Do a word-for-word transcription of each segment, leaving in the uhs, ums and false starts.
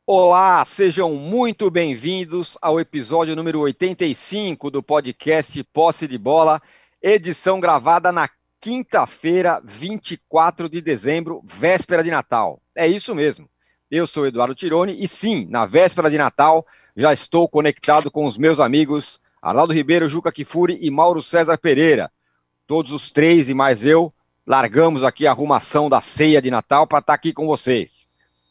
Olá, sejam muito bem-vindos ao episódio número oitenta e cinco do podcast Posse de Bola, edição gravada na quinta-feira, vinte e quatro de dezembro, véspera de Natal. É isso mesmo. Eu sou Eduardo Tironi e sim, na véspera de Natal, já estou conectado com os meus amigos Arnaldo Ribeiro, Juca Kifuri e Mauro César Pereira. Todos os três e mais eu largamos aqui a arrumação da ceia de Natal para estar aqui com vocês.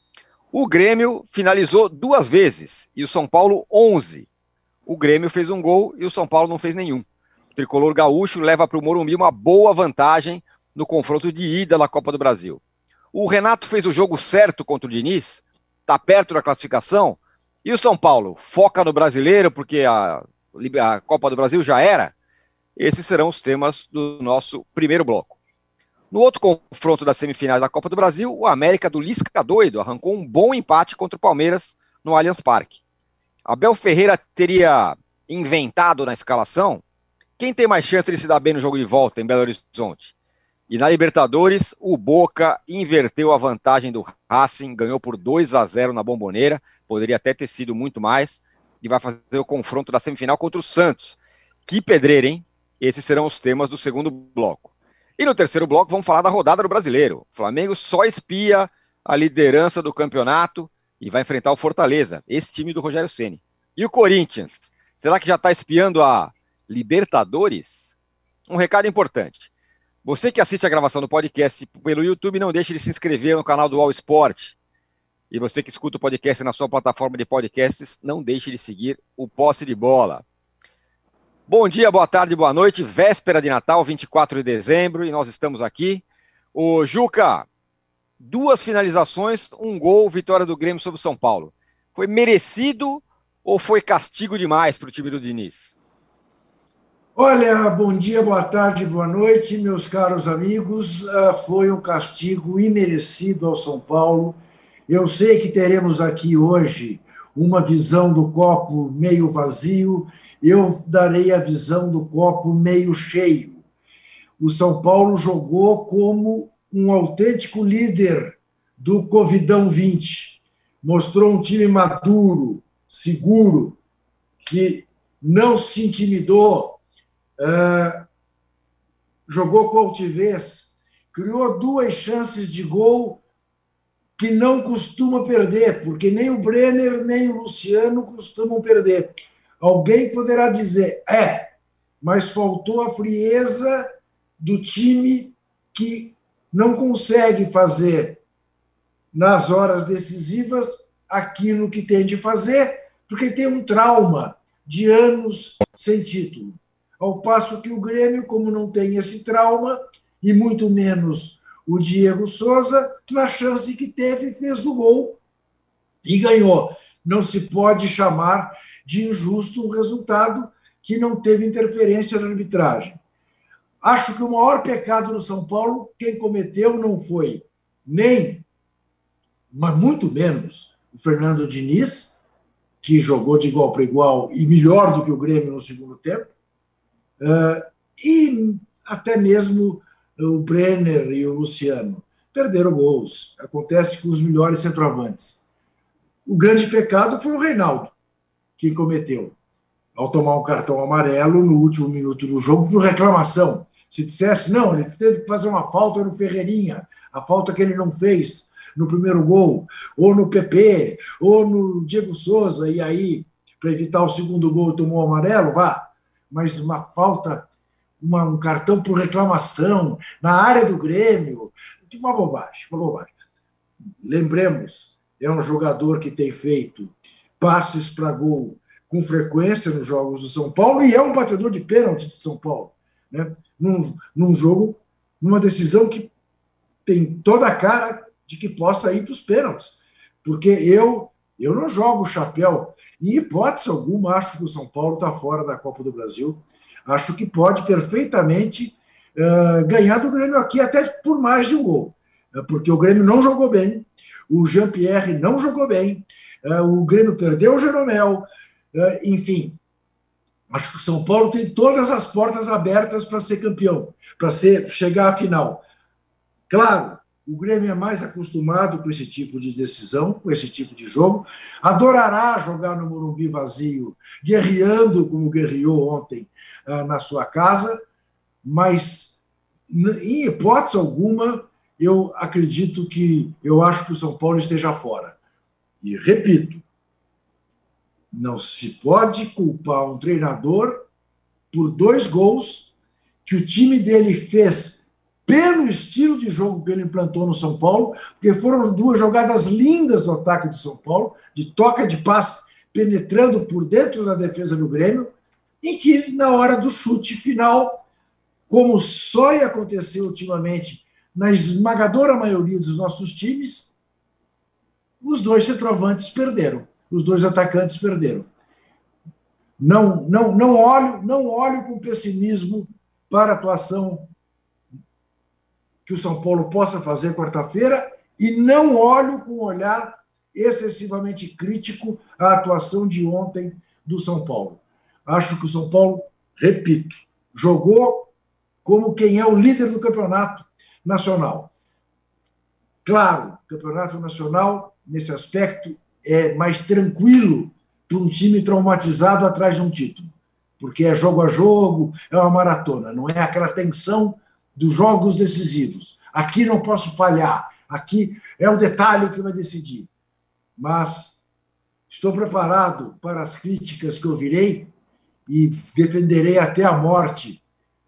O Grêmio finalizou duas vezes e o São Paulo onze. O Grêmio fez um gol e o São Paulo não fez nenhum. O tricolor gaúcho leva para o Morumbi uma boa vantagem no confronto de ida da Copa do Brasil. O Renato fez o jogo certo contra o Diniz, está perto da classificação, e o São Paulo foca no brasileiro porque a, a Copa do Brasil já era. Esses serão os temas do nosso primeiro bloco. No outro confronto das semifinais da Copa do Brasil, o América do Lisca doido arrancou um bom empate contra o Palmeiras no Allianz Parque. Abel Ferreira teria inventado na escalação quem tem mais chance de se dar bem no jogo de volta em Belo Horizonte. E na Libertadores, o Boca inverteu a vantagem do Racing, ganhou por dois a zero na Bombonera, poderia até ter sido muito mais, e vai fazer o confronto da semifinal contra o Santos. Que pedreira, hein? Esses serão os temas do segundo bloco. E no terceiro bloco vamos falar da rodada do Brasileiro. O Flamengo só espia a liderança do campeonato e vai enfrentar o Fortaleza, esse time do Rogério Ceni. E o Corinthians, será que já está espiando a Libertadores? Um recado importante. Você que assiste a gravação do podcast pelo YouTube, não deixe de se inscrever no canal do All Sport. E você que escuta o podcast na sua plataforma de podcasts, não deixe de seguir o Posse de Bola. Bom dia, boa tarde, boa noite, véspera de Natal, vinte e quatro de dezembro, e nós estamos aqui. Ô, Juca, duas finalizações, um gol, vitória do Grêmio sobre o São Paulo. Foi merecido ou foi castigo demais para o time do Diniz? Olha, bom dia, boa tarde, boa noite, meus caros amigos. Uh, foi um castigo imerecido ao São Paulo. Eu sei que teremos aqui hoje uma visão do copo meio vazio. Eu darei a visão do copo meio cheio. O São Paulo jogou como um autêntico líder do Covidão vinte. Mostrou um time maduro, seguro, que não se intimidou, uh, jogou com altivez, criou duas chances de gol que não costuma perder, porque nem o Brenner nem o Luciano costumam perder. Alguém poderá dizer, é, mas faltou a frieza do time que não consegue fazer nas horas decisivas aquilo que tem de fazer, porque tem um trauma de anos sem título. Ao passo que o Grêmio, como não tem esse trauma, e muito menos o Diego Souza, na chance que teve, fez o gol e ganhou. Não se pode chamar de injusto um resultado que não teve interferência na arbitragem. Acho que o maior pecado no São Paulo, quem cometeu não foi nem, mas muito menos, o Fernando Diniz, que jogou de igual para igual e melhor do que o Grêmio no segundo tempo, e até mesmo o Brenner e o Luciano. Perderam gols. Acontece com os melhores centroavantes. O grande pecado foi o Reinaldo, que cometeu, ao tomar um cartão amarelo no último minuto do jogo por reclamação. Se dissesse, não, ele teve que fazer uma falta no Ferreirinha, a falta que ele não fez no primeiro gol, ou no P P, ou no Diego Souza, e aí, para evitar o segundo gol, tomou o amarelo, vá. Mas uma falta, uma, um cartão por reclamação na área do Grêmio, uma bobagem, uma bobagem. Lembremos, é um jogador que tem feito passes para gol com frequência nos jogos do São Paulo e é um batedor de pênalti do São Paulo, né? Num, num jogo, numa decisão que tem toda a cara de que possa ir para os pênaltis, porque eu, eu não jogo o chapéu, em hipótese alguma acho que o São Paulo está fora da Copa do Brasil, acho que pode perfeitamente uh, ganhar do Grêmio aqui até por mais de um gol, porque o Grêmio não jogou bem, o Jean-Pierre não jogou bem, Uh, o Grêmio perdeu o Jeromel, uh, enfim, acho que o São Paulo tem todas as portas abertas para ser campeão, para ser, chegar à final. Claro, O Grêmio é mais acostumado com esse tipo de decisão, com esse tipo de jogo. Adorará jogar no Morumbi vazio, guerreando como guerreou ontem ah, na sua casa, mas, em hipótese alguma, eu acredito que, eu acho que o São Paulo esteja fora. E, repito, não se pode culpar um treinador por dois gols que o time dele fez pelo estilo de jogo que ele implantou no São Paulo, porque foram duas jogadas lindas do ataque do São Paulo, de toca de passe, penetrando por dentro da defesa do Grêmio, em que, na hora do chute final, como só ia acontecer ultimamente na esmagadora maioria dos nossos times, os dois centroavantes perderam, os dois atacantes perderam. Não, não, não olho, não olho com pessimismo para a atuação que o São Paulo possa fazer quarta-feira e não olho com um olhar excessivamente crítico à atuação de ontem do São Paulo. Acho que o São Paulo, repito, jogou como quem é o líder do campeonato nacional. Claro, o campeonato nacional, nesse aspecto, é mais tranquilo para um time traumatizado atrás de um título, porque é jogo a jogo, é uma maratona, não é aquela tensão dos jogos decisivos. Aqui não posso falhar, aqui é o detalhe que vai decidir. Mas estou preparado para as críticas que ouvirei e defenderei até a morte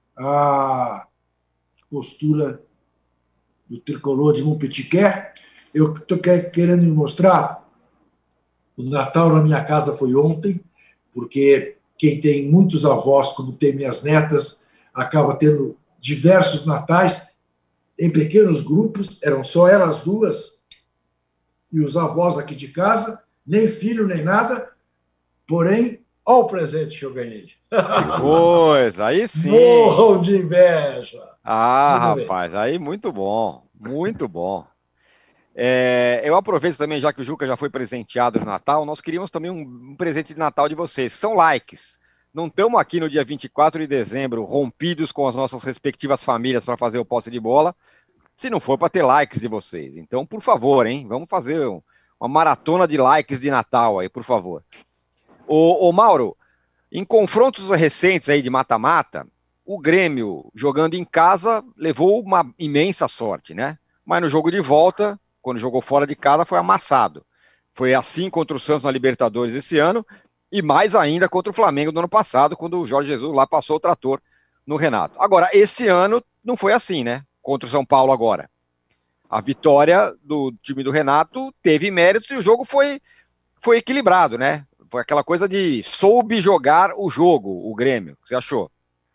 a postura do tricolor de Montpellier. Eu estou querendo me mostrar, o Natal na minha casa foi ontem, porque quem tem muitos avós, como tem minhas netas, acaba tendo diversos natais em pequenos grupos, eram só elas duas e os avós aqui de casa, nem filho nem nada, porém, olha o presente que eu ganhei. Que coisa, aí sim. Morram de inveja. Ah, rapaz, aí muito bom, muito bom. É, eu aproveito também, já que o Juca já foi presenteado no Natal, nós queríamos também um, um presente de Natal de vocês, são likes. Não estamos aqui no dia vinte e quatro de dezembro rompidos com as nossas respectivas famílias para fazer o posse de bola, se não for para ter likes de vocês. Então, por favor, hein, vamos fazer um, uma maratona de likes de Natal aí, por favor. Ô, ô Mauro, em confrontos recentes aí de mata-mata, o Grêmio, jogando em casa, levou uma imensa sorte, né? Mas no jogo de volta, quando jogou fora de casa, foi amassado. Foi assim contra o Santos na Libertadores esse ano, e mais ainda contra o Flamengo no ano passado, quando o Jorge Jesus lá passou o trator no Renato. Agora, esse ano não foi assim, né? Contra o São Paulo agora. A vitória do time do Renato teve méritos e o jogo foi, foi equilibrado, né? Foi aquela coisa de soube jogar o jogo, o Grêmio. O que você achou?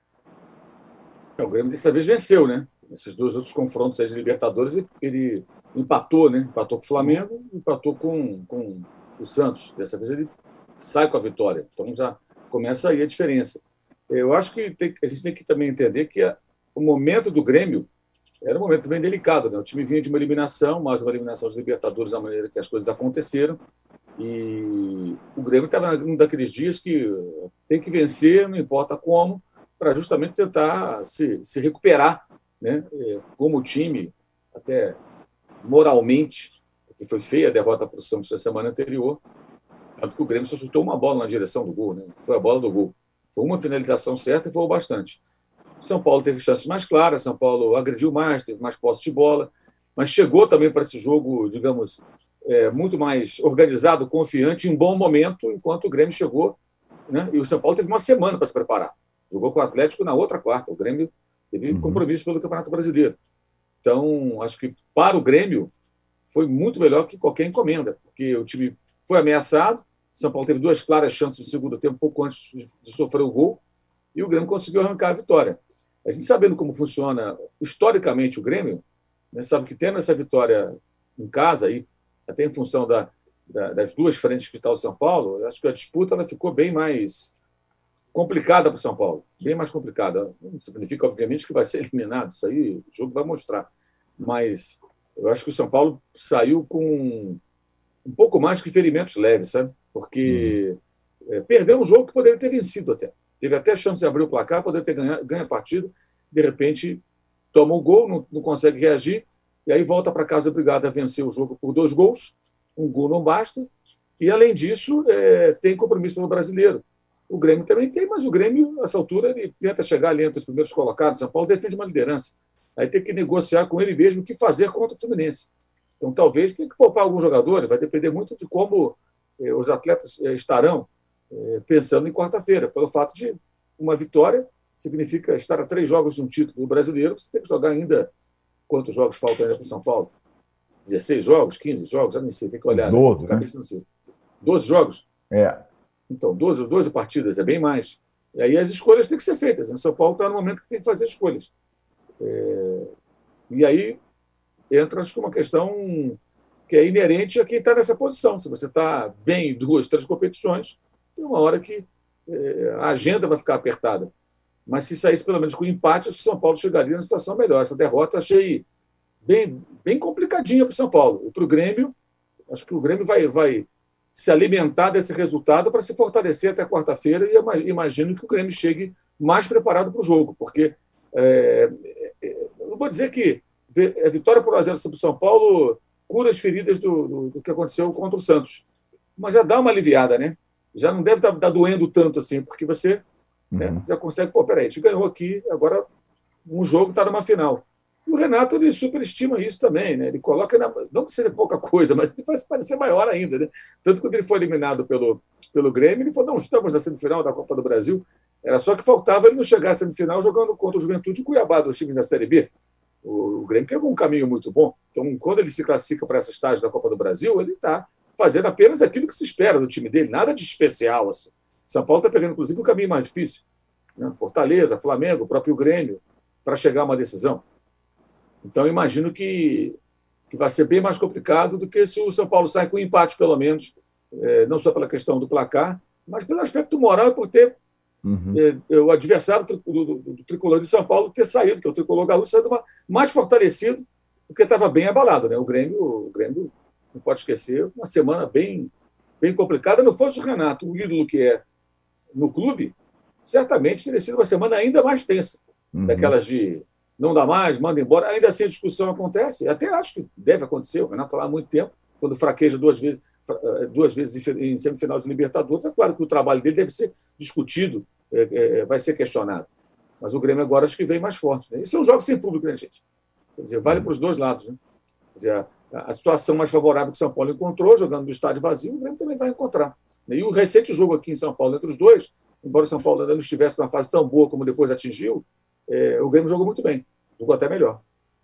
O Grêmio dessa vez venceu, né? Esses dois outros confrontos aí de Libertadores, ele empatou, né? Empatou com o Flamengo, empatou com, com o Santos. Dessa vez ele sai com a vitória. Então já começa aí a diferença. Eu acho que tem, a gente tem que também entender que a, o momento do Grêmio era um momento bem delicado, né? O time vinha de uma eliminação, mais uma eliminação dos Libertadores da maneira que as coisas aconteceram. E o Grêmio estava num daqueles dias que tem que vencer, não importa como, para justamente tentar se, se recuperar, né? Como time, até moralmente, porque foi feia a derrota para o Santos na semana anterior, tanto que o Grêmio só chutou uma bola na direção do gol, né? Foi a bola do gol. Foi uma finalização certa e foi o bastante. São Paulo teve chances mais claras, São Paulo agrediu mais, teve mais posse de bola, mas chegou também para esse jogo, digamos, é, muito mais organizado, confiante, em bom momento, enquanto o Grêmio chegou, né? E o São Paulo teve uma semana para se preparar. Jogou com o Atlético na outra quarta. O Grêmio teve compromisso pelo Campeonato Brasileiro. Então, acho que para o Grêmio foi muito melhor que qualquer encomenda, porque o time foi ameaçado, o São Paulo teve duas claras chances no segundo tempo, pouco antes de sofrer o gol, e o Grêmio conseguiu arrancar a vitória. A gente sabendo como funciona historicamente o Grêmio, né, sabe que tendo essa vitória em casa, e até em função da, da, das duas frentes que está o São Paulo, acho que a disputa ela ficou bem mais complicada para o São Paulo, bem mais complicada. Não significa, obviamente, que vai ser eliminado, isso aí o jogo vai mostrar. Mas eu acho que o São Paulo saiu com um pouco mais que ferimentos leves, sabe? Porque uhum. é, perdeu um jogo que poderia ter vencido até. Teve até chance de abrir o placar, poderia ter ganho, ganho a partida, de repente toma o gol, não, não consegue reagir, e aí volta para casa obrigado a vencer o jogo por dois gols, um gol não basta, e além disso é, tem compromisso pelo brasileiro. O Grêmio também tem, mas o Grêmio, nessa altura, ele tenta chegar ali entre os primeiros colocados. São Paulo defende uma liderança. Aí tem que negociar com ele mesmo o que fazer contra o Fluminense. Então, talvez tenha que poupar alguns jogadores, vai depender muito de como eh, os atletas eh, estarão eh, pensando em quarta-feira, pelo fato de uma vitória significa estar a três jogos de um título brasileiro, você tem que jogar ainda. Quantos jogos faltam ainda para o São Paulo? dezesseis jogos, quinze jogos, já nem sei, tem que olhar. doze, né? né? Não sei. doze jogos? É. Então, doze, doze partidas, é bem mais. E aí as escolhas têm que ser feitas. O São Paulo está no momento que tem que fazer escolhas. É... E aí entra, acho que, uma questão que é inerente a quem está nessa posição. Se você está bem em duas, três competições, tem uma hora que é, a agenda vai ficar apertada. Mas se saísse pelo menos com empate, acho que o São Paulo chegaria numa situação melhor. Essa derrota achei bem, bem complicadinha para o São Paulo. E para o Grêmio, acho que o Grêmio vai, vai se alimentar desse resultado para se fortalecer até quarta-feira, e eu imagino que o Grêmio chegue mais preparado para o jogo, porque é, é, eu não vou dizer que a vitória por um a zero sobre o São Paulo cura as feridas do, do, do que aconteceu contra o Santos, mas já dá uma aliviada, né? Já não deve estar tá, tá doendo tanto assim, porque você uhum. né, já consegue, pô, peraí, a gente ganhou aqui, agora um jogo está numa final. E o Renato, ele superestima isso também, né? Ele coloca, na, não que seja pouca coisa, mas ele faz parecer maior ainda, né? Tanto que quando ele foi eliminado pelo, pelo Grêmio, ele falou, não, estamos na semifinal da Copa do Brasil, era só que faltava ele não chegar à semifinal jogando contra o Juventude e Cuiabá, dos times da Série B. O, o Grêmio pegou um caminho muito bom. Então, quando ele se classifica para essa estágio da Copa do Brasil, ele está fazendo apenas aquilo que se espera do time dele, nada de especial. Assim. São Paulo está pegando, inclusive, um caminho mais difícil. Né? Fortaleza, Flamengo, o próprio Grêmio, para chegar a uma decisão. Então, imagino que, que vai ser bem mais complicado do que se o São Paulo sai com um empate, pelo menos, é, não só pela questão do placar, mas pelo aspecto moral e por ter uhum. é, o adversário do, do, do, do tricolor de São Paulo ter saído, que é o tricolor gaúcho, saindo mais fortalecido, porque estava bem abalado. Né? O, Grêmio, o Grêmio, não pode esquecer, uma semana bem, bem complicada. Não fosse o Renato, o ídolo que é no clube, certamente teria sido uma semana ainda mais tensa, uhum. daquelas de não dá mais, manda embora. Ainda assim a discussão acontece, até acho que deve acontecer, o Renato está lá há muito tempo, quando fraqueja duas vezes, duas vezes em semifinal de Libertadores, é claro que o trabalho dele deve ser discutido, é, é, vai ser questionado. Mas o Grêmio agora acho que vem mais forte. Né? E são jogos sem público, né, gente? Quer dizer, vale para os dois lados. Né? Quer dizer, a, a situação mais favorável que o São Paulo encontrou, jogando no estádio vazio, o Grêmio também vai encontrar. E o recente jogo aqui em São Paulo entre os dois, embora o São Paulo ainda não estivesse numa fase tão boa como depois atingiu, é, o Grêmio jogou muito bem. Jogou até melhor.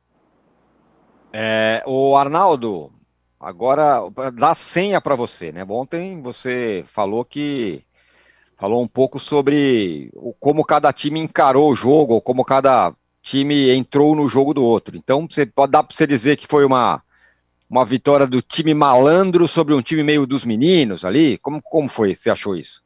É, o Arnaldo, agora dá senha para você, né? Ontem você falou que falou um pouco sobre o, como cada time encarou o jogo, ou como cada time entrou no jogo do outro. Então, você pode dar para você dizer que foi uma, uma vitória do time malandro sobre um time meio dos meninos ali? Como, como foi? Você achou isso?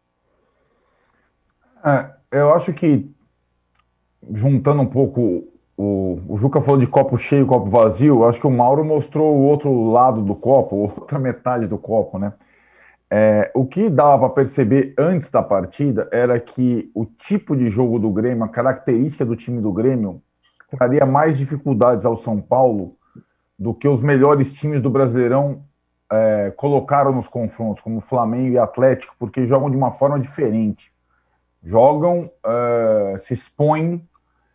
É, eu acho que juntando um pouco O, o Juca falou de copo cheio, copo vazio. Acho que o Mauro mostrou o outro lado do copo, outra metade do copo, né? É, o que dava para perceber antes da partida era que o tipo de jogo do Grêmio, a característica do time do Grêmio, traria mais dificuldades ao São Paulo do que os melhores times do Brasileirão é, colocaram nos confrontos, como Flamengo e Atlético, porque jogam de uma forma diferente. Jogam, é, se expõem,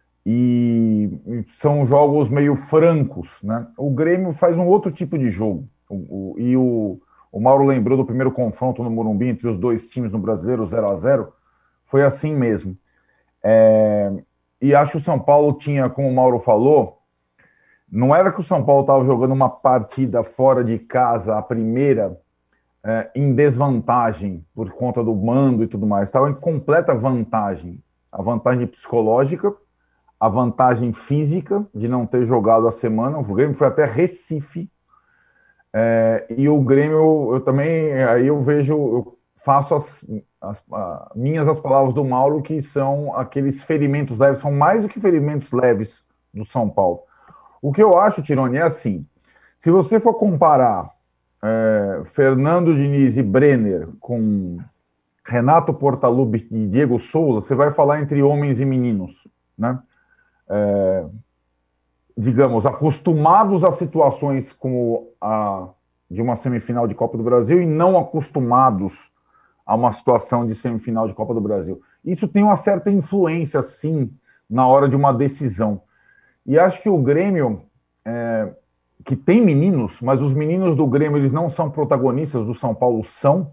e são jogos meio francos, né? O Grêmio faz um outro tipo de jogo. O, o, e o, o Mauro lembrou do primeiro confronto no Morumbi entre os dois times no Brasileiro, zero a zero. Foi assim mesmo. É, e acho que o São Paulo tinha, como o Mauro falou, não era que o São Paulo estava jogando uma partida fora de casa, a primeira, é, em desvantagem por conta do mando e tudo mais. Estava em completa vantagem. A vantagem psicológica, a vantagem física de não ter jogado a semana. O Grêmio foi até Recife, é, e o Grêmio, eu também, aí eu vejo, eu faço as, as, as minhas as palavras do Mauro, que são aqueles ferimentos leves, são mais do que ferimentos leves do São Paulo. O que eu acho, Tironi, é assim, se você for comparar é, Fernando Diniz e Brenner com Renato Portaluppi e Diego Souza, você vai falar entre homens e meninos, né? É, digamos, acostumados a situações como a de uma semifinal de Copa do Brasil e não acostumados a uma situação de semifinal de Copa do Brasil. Isso tem uma certa influência, sim, na hora de uma decisão. E acho que o Grêmio, é, que tem meninos, mas os meninos do Grêmio eles não são protagonistas, do São Paulo são.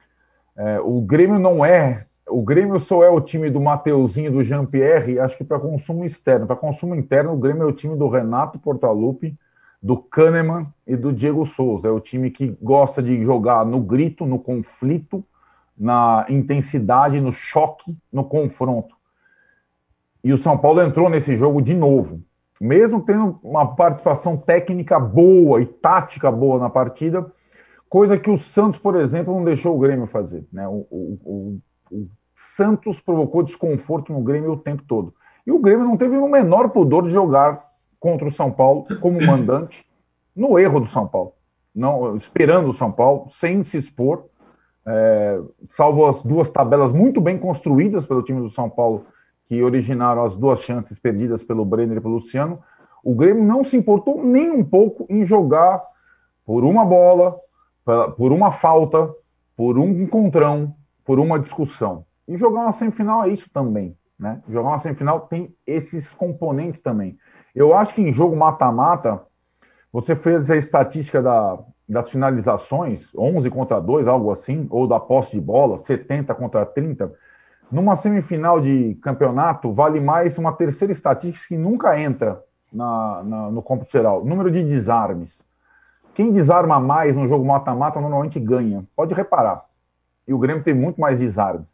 É, o Grêmio não é... O Grêmio só é o time do Mateuzinho, do Jean-Pierre, acho que para consumo externo. Para consumo interno, o Grêmio é o time do Renato Portaluppi, do Kahneman e do Diego Souza. É o time que gosta de jogar no grito, no conflito, na intensidade, no choque, no confronto. E o São Paulo entrou nesse jogo de novo. Mesmo tendo uma participação técnica boa e tática boa na partida, coisa que o Santos, por exemplo, não deixou o Grêmio fazer, né? O, o, o, o Santos provocou desconforto no Grêmio o tempo todo. E o Grêmio não teve o menor pudor de jogar contra o São Paulo como mandante, no erro do São Paulo, não, esperando o São Paulo, sem se expor, é, salvo as duas tabelas muito bem construídas pelo time do São Paulo, que originaram as duas chances perdidas pelo Brenner e pelo Luciano. O Grêmio não se importou nem um pouco em jogar por uma bola, por uma falta, por um encontrão, por uma discussão. E jogar uma semifinal é isso também, né? Jogar uma semifinal tem esses componentes também. Eu acho que em jogo mata-mata, você fez a estatística da, das finalizações, onze contra dois, algo assim, ou da posse de bola, setenta contra trinta. Numa semifinal de campeonato, vale mais uma terceira estatística que nunca entra na, na, no cômputo geral, número de desarmes. Quem desarma mais no jogo mata-mata normalmente ganha, pode reparar. E o Grêmio tem muito mais desarmes.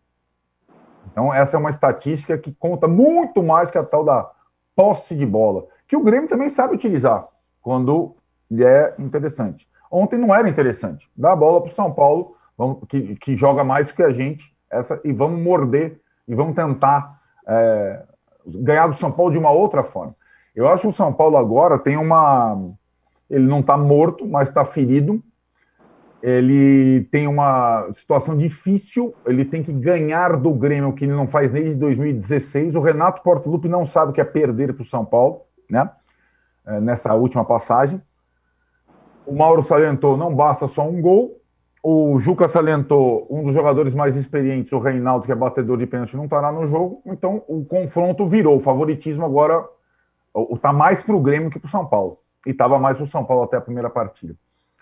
Então essa é uma estatística que conta muito mais que a tal da posse de bola, que o Grêmio também sabe utilizar quando lhe é interessante. Ontem não era interessante. Dá a bola para o São Paulo, vamos, que, que joga mais que a gente, essa, e vamos morder, e vamos tentar é, ganhar do São Paulo de uma outra forma. Eu acho que o São Paulo agora tem uma... Ele não está morto, mas está ferido. Ele tem uma situação difícil, ele tem que ganhar do Grêmio, que ele não faz desde dois mil e dezesseis. O Renato Portaluppi não sabe o que é perder para o São Paulo, né? É, nessa última passagem. O Mauro salientou, não basta só um gol. O Juca salientou, um dos jogadores mais experientes, o Reinaldo, que é batedor de pênalti, não estará no jogo. Então o confronto virou, o favoritismo agora está mais para o Grêmio que para o São Paulo. E estava mais para o São Paulo até a primeira partida.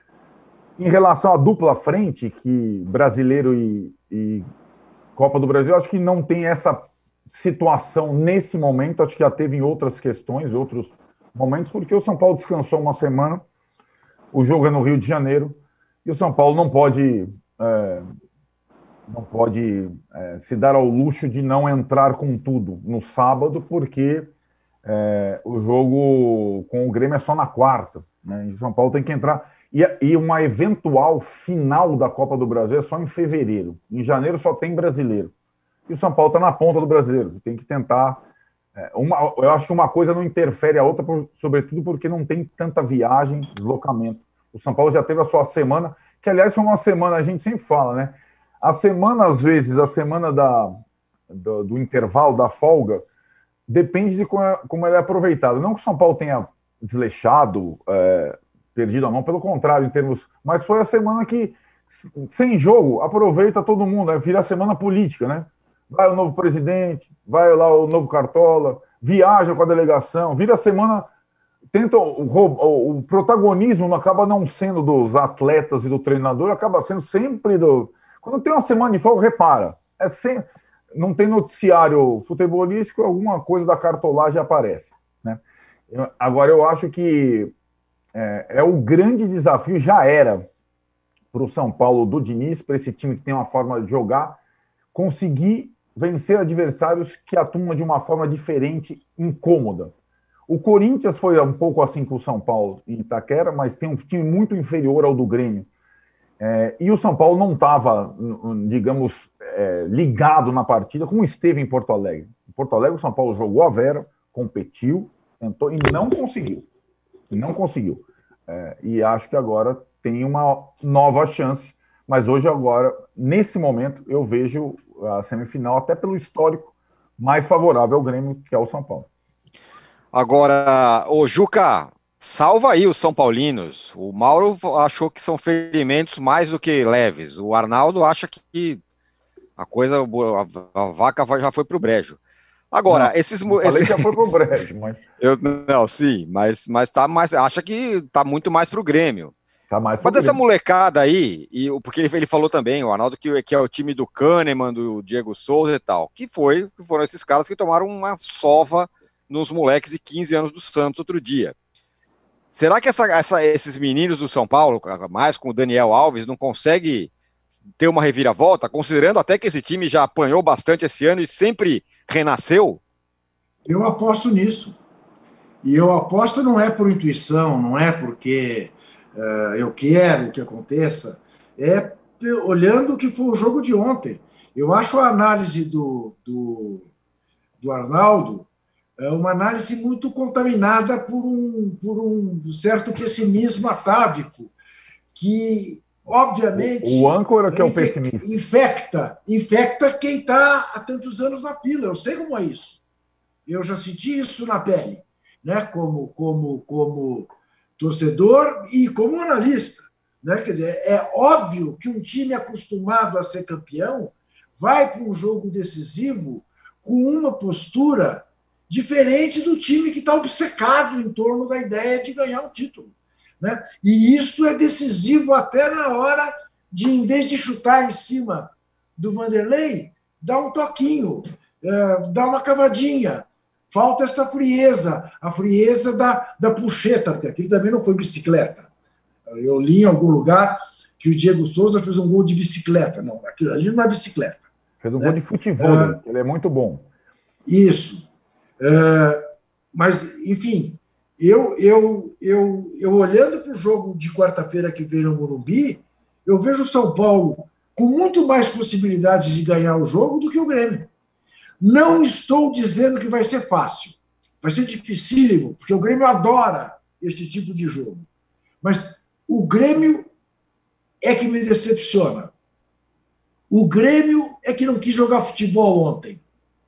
Em relação à dupla frente, que brasileiro e, e Copa do Brasil, acho que não tem essa situação nesse momento, acho que já teve em outras questões, outros momentos, porque o São Paulo descansou uma semana, o jogo é no Rio de Janeiro, e o São Paulo não pode, é, não pode é, se dar ao luxo de não entrar com tudo no sábado, porque é, o jogo com o Grêmio é só na quarta, né? E o São Paulo tem que entrar... E, e uma eventual final da Copa do Brasil é só em fevereiro. Em janeiro só tem brasileiro. E o São Paulo está na ponta do brasileiro. Tem que tentar... É, uma, eu acho que uma coisa não interfere a outra, por, sobretudo porque não tem tanta viagem, deslocamento. O São Paulo já teve a sua semana, que aliás foi uma semana, a gente sempre fala, né? A semana, às vezes, a semana da, do, do intervalo, da folga, depende de como, é, como ela é aproveitada. Não que o São Paulo tenha desleixado... É, perdido a mão, pelo contrário, em termos... Mas foi a semana que, sem jogo, aproveita todo mundo, né? Vira a semana política, né? Vai o novo presidente, vai lá o novo Cartola, viaja com a delegação, vira a semana... Tenta o, o, o protagonismo não acaba não sendo dos atletas e do treinador, acaba sendo sempre do... Quando tem uma semana de folga, repara, é sempre... não tem noticiário futebolístico, alguma coisa da cartolagem aparece, né? Eu, agora, eu acho que É, é o grande desafio, já era para o São Paulo do Diniz, para esse time que tem uma forma de jogar, conseguir vencer adversários que atuam de uma forma diferente, incômoda. O Corinthians foi um pouco assim com o São Paulo em Itaquera, mas tem um time muito inferior ao do Grêmio. É, e o São Paulo não estava, digamos, é, ligado na partida, como esteve em Porto Alegre. Em Porto Alegre, o São Paulo jogou a vera, competiu, tentou e não conseguiu. Não conseguiu. É, e acho que agora tem uma nova chance. Mas hoje, agora, nesse momento, eu vejo a semifinal, até pelo histórico, mais favorável ao Grêmio, que é o São Paulo. Agora, ô Juca, salva aí os São Paulinos. O Mauro achou que são ferimentos mais do que leves. O Arnaldo acha que a coisa, a, a vaca já foi pro brejo. Agora, não, esses... Falei esse... que já foi pro brejo, mas... Eu, não, sim, mas, mas tá mais... Acha que tá muito mais pro Grêmio. Tá mais pro Mas dessa Grêmio. molecada aí, e, porque ele, ele falou também, o Arnaldo, que, que é o time do Kahneman, do Diego Souza e tal, que foi, que foram esses caras que tomaram uma sova nos moleques de quinze anos do Santos outro dia. Será que essa, essa, esses meninos do São Paulo, mais com o Daniel Alves, não consegue ter uma reviravolta, considerando até que esse time já apanhou bastante esse ano e sempre renasceu? Eu aposto nisso. E eu aposto não é por intuição, não é porque uh, eu quero que aconteça, é olhando o que foi o jogo de ontem. Eu acho a análise do, do, do Arnaldo é uma análise muito contaminada por um, por um certo pessimismo atávico, que, obviamente, O, o âncora que é o pessimista. Infecta, infecta quem está há tantos anos na fila. Eu sei como é isso. Eu já senti isso na pele, né? como, como, como torcedor e como analista. Né? Quer dizer, é óbvio que um time acostumado a ser campeão vai para um jogo decisivo com uma postura diferente do time que está obcecado em torno da ideia de ganhar um título. Né? E isso é decisivo até na hora de, em vez de chutar em cima do Vanderlei, dar um toquinho, é, dar uma cavadinha. Falta esta frieza, a frieza da, da puxeta, porque aquilo também não foi bicicleta. Eu li em algum lugar que o Diego Souza fez um gol de bicicleta. Não, aquilo ali não é bicicleta. Fez um né? gol de futebol, ah, ele é muito bom. Isso. Uh, mas, enfim, eu, eu, eu, eu olhando para o jogo de quarta-feira que vem no Morumbi, eu vejo o São Paulo com muito mais possibilidades de ganhar o jogo do que o Grêmio. Não estou dizendo que vai ser fácil, vai ser dificílimo, porque o Grêmio adora este tipo de jogo. Mas o Grêmio é que me decepciona. O Grêmio é que não quis jogar futebol ontem.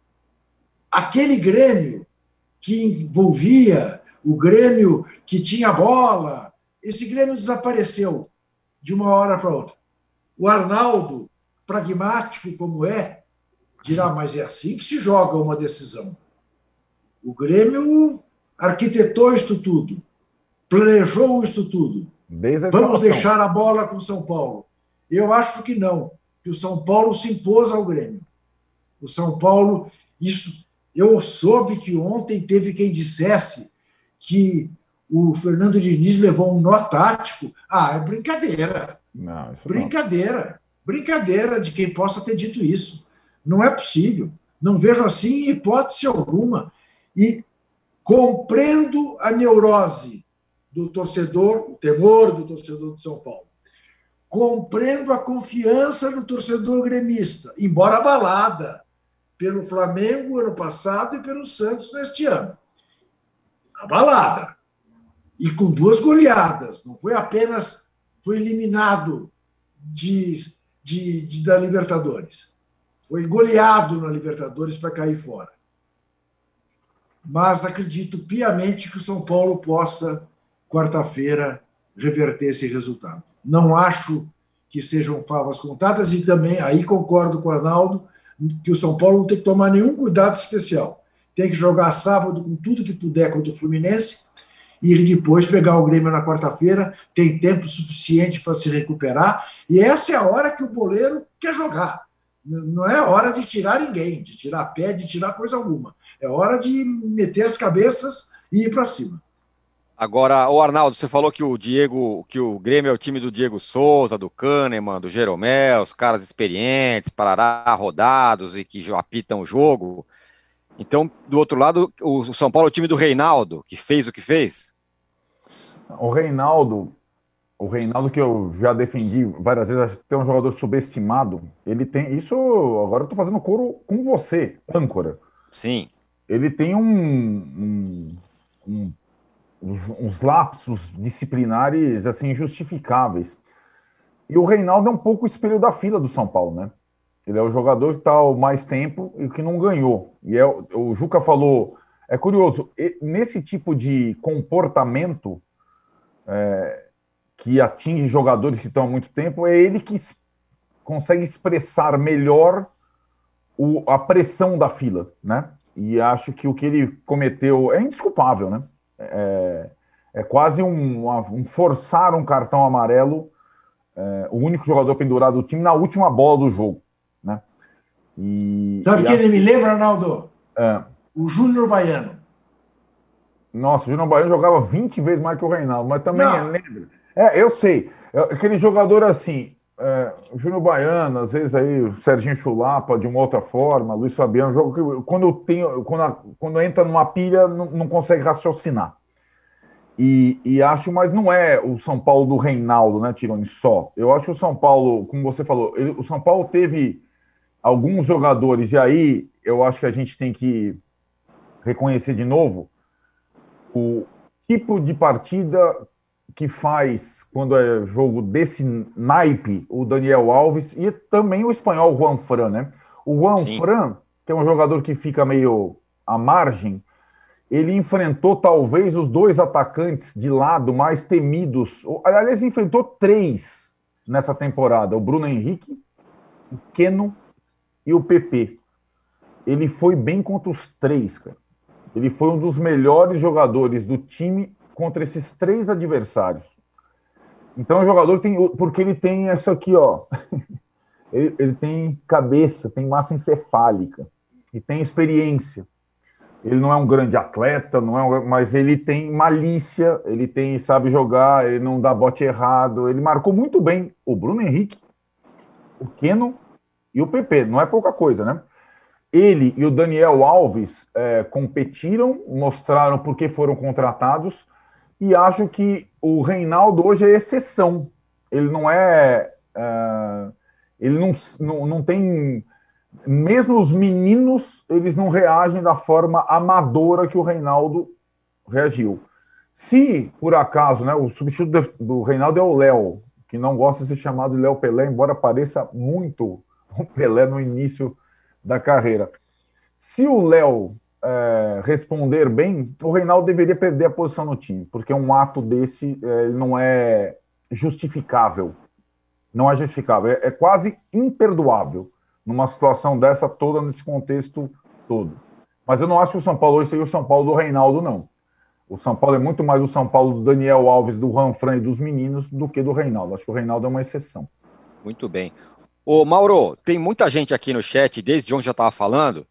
Aquele Grêmio que envolvia, o Grêmio que tinha bola, esse Grêmio desapareceu de uma hora para outra. O Arnaldo, pragmático como é, dirá, mas é assim que se joga uma decisão. O Grêmio arquitetou isto tudo, planejou isto tudo. Vamos deixar a bola com o São Paulo. Eu acho que não, que o São Paulo se impôs ao Grêmio. O São Paulo, isso... Eu soube que ontem teve quem dissesse que o Fernando Diniz levou um nó tático. Ah, é brincadeira. Não, isso brincadeira. Não. Brincadeira de quem possa ter dito isso. Não é possível. Não vejo assim em hipótese alguma. E compreendo a neurose do torcedor, o temor do torcedor de São Paulo. Compreendo a confiança do torcedor gremista, embora abalada pelo Flamengo ano passado e pelo Santos neste ano. Abalada. E com duas goleadas. Não foi apenas foi eliminado de, de, de, da Libertadores. Foi goleado na Libertadores para cair fora. Mas acredito piamente que o São Paulo possa, quarta-feira, reverter esse resultado. Não acho que sejam favas contadas e também, aí concordo com o Arnaldo, que o São Paulo não tem que tomar nenhum cuidado especial. Tem que jogar sábado com tudo que puder contra o Fluminense e depois pegar o Grêmio na quarta-feira. Tem tempo suficiente para se recuperar. E essa é a hora que o boleiro quer jogar. Não é hora de tirar ninguém, de tirar pé, de tirar coisa alguma. É hora de meter as cabeças e ir para cima. Agora, o Arnaldo, você falou que o Diego, que o Grêmio é o time do Diego Souza, do Kahneman, do Jeromel, os caras experientes, parará, rodados e que apitam o jogo. Então, do outro lado, o São Paulo é o time do Reinaldo, que fez o que fez? O Reinaldo, o Reinaldo que eu já defendi várias vezes, tem um jogador subestimado. Ele tem isso. Agora eu tô fazendo coro com você, âncora. Sim. Ele tem um, um, um uns lapsos disciplinares assim injustificáveis. E o Reinaldo é um pouco o espelho da fila do São Paulo, né? Ele é o jogador que está há mais tempo e que não ganhou. E é, o Juca falou É curioso, nesse tipo de comportamento é, que atinge jogadores que estão há muito tempo, é ele que consegue expressar melhor o, a pressão da fila, né? E acho que o que ele cometeu é indesculpável, né? É, é quase um, um forçar um cartão amarelo, é, o único jogador pendurado do time na última bola do jogo, né? E, Sabe e quem acho... ele me lembra, Arnaldo? É. O Júnior Baiano. Nossa, o Júnior Baiano jogava vinte vezes mais que o Reinaldo, mas também Não. lembra. É, eu sei. Aquele jogador assim, é, o Júnior Baiano, às vezes aí o Serginho Chulapa de uma outra forma, Luiz Fabiano, jogo que quando tem, quando, a, quando entra numa pilha não, não consegue raciocinar. E, e acho, mas não é o São Paulo do Reinaldo, né, Tironi, só. Eu acho que o São Paulo, como você falou, ele, o São Paulo teve alguns jogadores, e aí eu acho que a gente tem que reconhecer de novo o tipo de partida que faz, quando é jogo desse naipe, o Daniel Alves e também o espanhol Juan Fran, né? O Juan Sim. Fran, que é um jogador que fica meio à margem, ele enfrentou talvez os dois atacantes de lado mais temidos. Aliás, enfrentou três nessa temporada: o Bruno Henrique, o Keno e o P P. Ele foi bem contra os três, cara. Ele foi um dos melhores jogadores do time contra esses três adversários. Então o jogador tem... Porque ele tem isso aqui, ó. Ele, ele tem cabeça, tem massa encefálica e tem experiência. Ele não é um grande atleta, não é um, mas ele tem malícia, ele tem, sabe jogar, ele não dá bote errado. Ele marcou muito bem o Bruno Henrique, o Keno e o P P. Não é pouca coisa, né? Ele e o Daniel Alves é, competiram, mostraram por que foram contratados, e acho que o Reinaldo hoje é exceção. Ele não é... é ele não, não, não tem... Mesmo os meninos, eles não reagem da forma amadora que o Reinaldo reagiu. Se, por acaso, né, o substituto do Reinaldo é o Léo, que não gosta de ser chamado de Léo Pelé, embora pareça muito o Pelé no início da carreira. Se o Léo é, responder bem, o Reinaldo deveria perder a posição no time, porque um ato desse é, não é justificável. Não é justificável, é, é quase imperdoável numa situação dessa toda, nesse contexto todo. Mas eu não acho que o São Paulo hoje seja o São Paulo do Reinaldo, não. O São Paulo é muito mais o São Paulo do Daniel Alves, do Juan Fran e dos meninos do que do Reinaldo. Acho que o Reinaldo é uma exceção. Muito bem. Ô, Mauro, tem muita gente aqui no chat, desde onde já estava falando,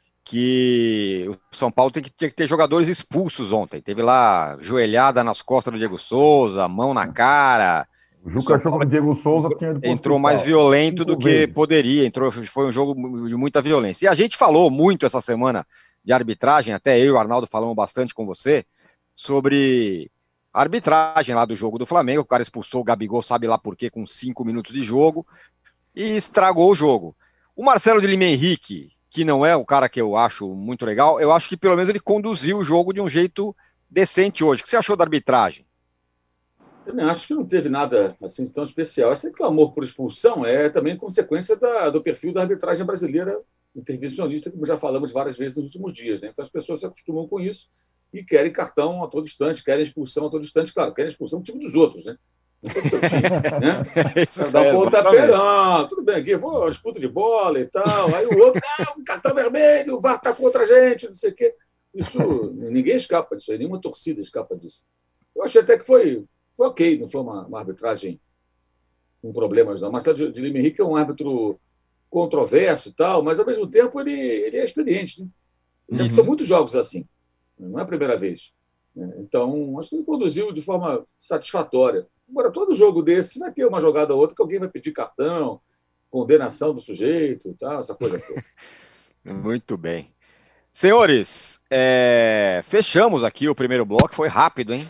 que o São Paulo tem que, tinha que ter jogadores expulsos ontem. Teve lá joelhada nas costas do Diego Souza, mão na cara. O Juca achou que o Diego Souza tinha ido pro entrou mais violento do que vezes. poderia. Entrou, foi um jogo de muita violência. E a gente falou muito essa semana de arbitragem, até eu e o Arnaldo falamos bastante com você, sobre a arbitragem lá do jogo do Flamengo. O cara expulsou o Gabigol, sabe lá por quê, com cinco minutos de jogo, e estragou o jogo. O Marcelo de Lima Henrique, que não é o cara que eu acho muito legal, eu acho que pelo menos ele conduziu o jogo de um jeito decente hoje. O que você achou da arbitragem? Eu nem acho que não teve nada assim tão especial. Esse clamor por expulsão é também consequência da, do perfil da arbitragem brasileira intervencionista, como já falamos várias vezes nos últimos dias, né? Então as pessoas se acostumam com isso e querem cartão a todo instante, querem expulsão a todo instante, claro, querem expulsão do time dos outros, né? Não do seu time, né? Dá pontapé, não, tudo bem, aqui, vou, disputa de bola e tal, aí o outro, ah, um cartão vermelho, o V A R está contra a gente, não sei o quê. Isso, ninguém escapa disso aí, nenhuma torcida escapa disso. Eu achei até que foi, foi ok, não foi uma, uma arbitragem com problemas, não. Marcelo de, de Lima Henrique é um árbitro controverso e tal, mas, ao mesmo tempo, ele, ele é experiente, né? Ele já apitou muitos jogos assim, não é a primeira vez. Né? Então, acho que ele conduziu de forma satisfatória. Agora, todo jogo desse vai ter uma jogada ou outra que alguém vai pedir cartão, condenação do sujeito e tal, essa coisa toda. Muito bem. Senhores, é... fechamos aqui o primeiro bloco, foi rápido, hein?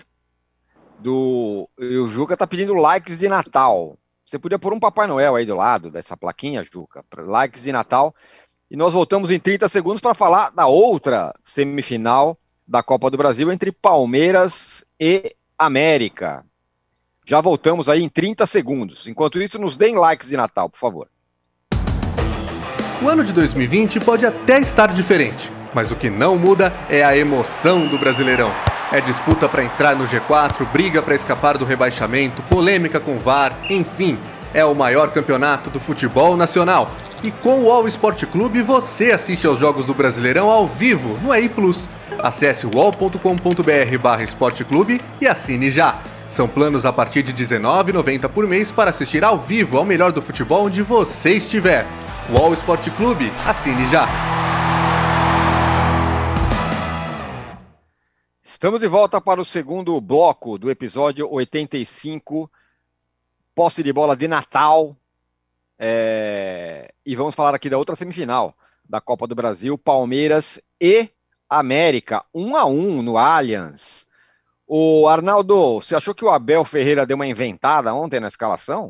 Do... O Juca tá pedindo likes de Natal. Você podia pôr um Papai Noel aí do lado dessa plaquinha, Juca, likes de Natal. E nós voltamos em trinta segundos para falar da outra semifinal da Copa do Brasil entre Palmeiras e América. Já voltamos aí em trinta segundos. Enquanto isso, nos deem likes de Natal, por favor. O ano de dois mil e vinte pode até estar diferente, Mas o que não muda é a emoção do Brasileirão. É disputa para entrar no G quatro, briga para escapar do rebaixamento, polêmica com o V A R, enfim, é o maior campeonato do futebol nacional. E com o All Sport Clube você assiste aos jogos do Brasileirão ao vivo no E I Plus. Acesse uol ponto com ponto br barra esporteclube e assine já. São planos a partir de dezenove reais e noventa centavos por mês para assistir ao vivo ao melhor do futebol onde você estiver. O All Sport Clube, assine já. Estamos de volta para o segundo bloco do episódio oitenta e cinco, posse de bola de Natal. É... E vamos falar aqui da outra semifinal da Copa do Brasil, Palmeiras e América, um a um no Allianz. O Arnaldo, você achou que o Abel Ferreira deu uma inventada ontem na escalação?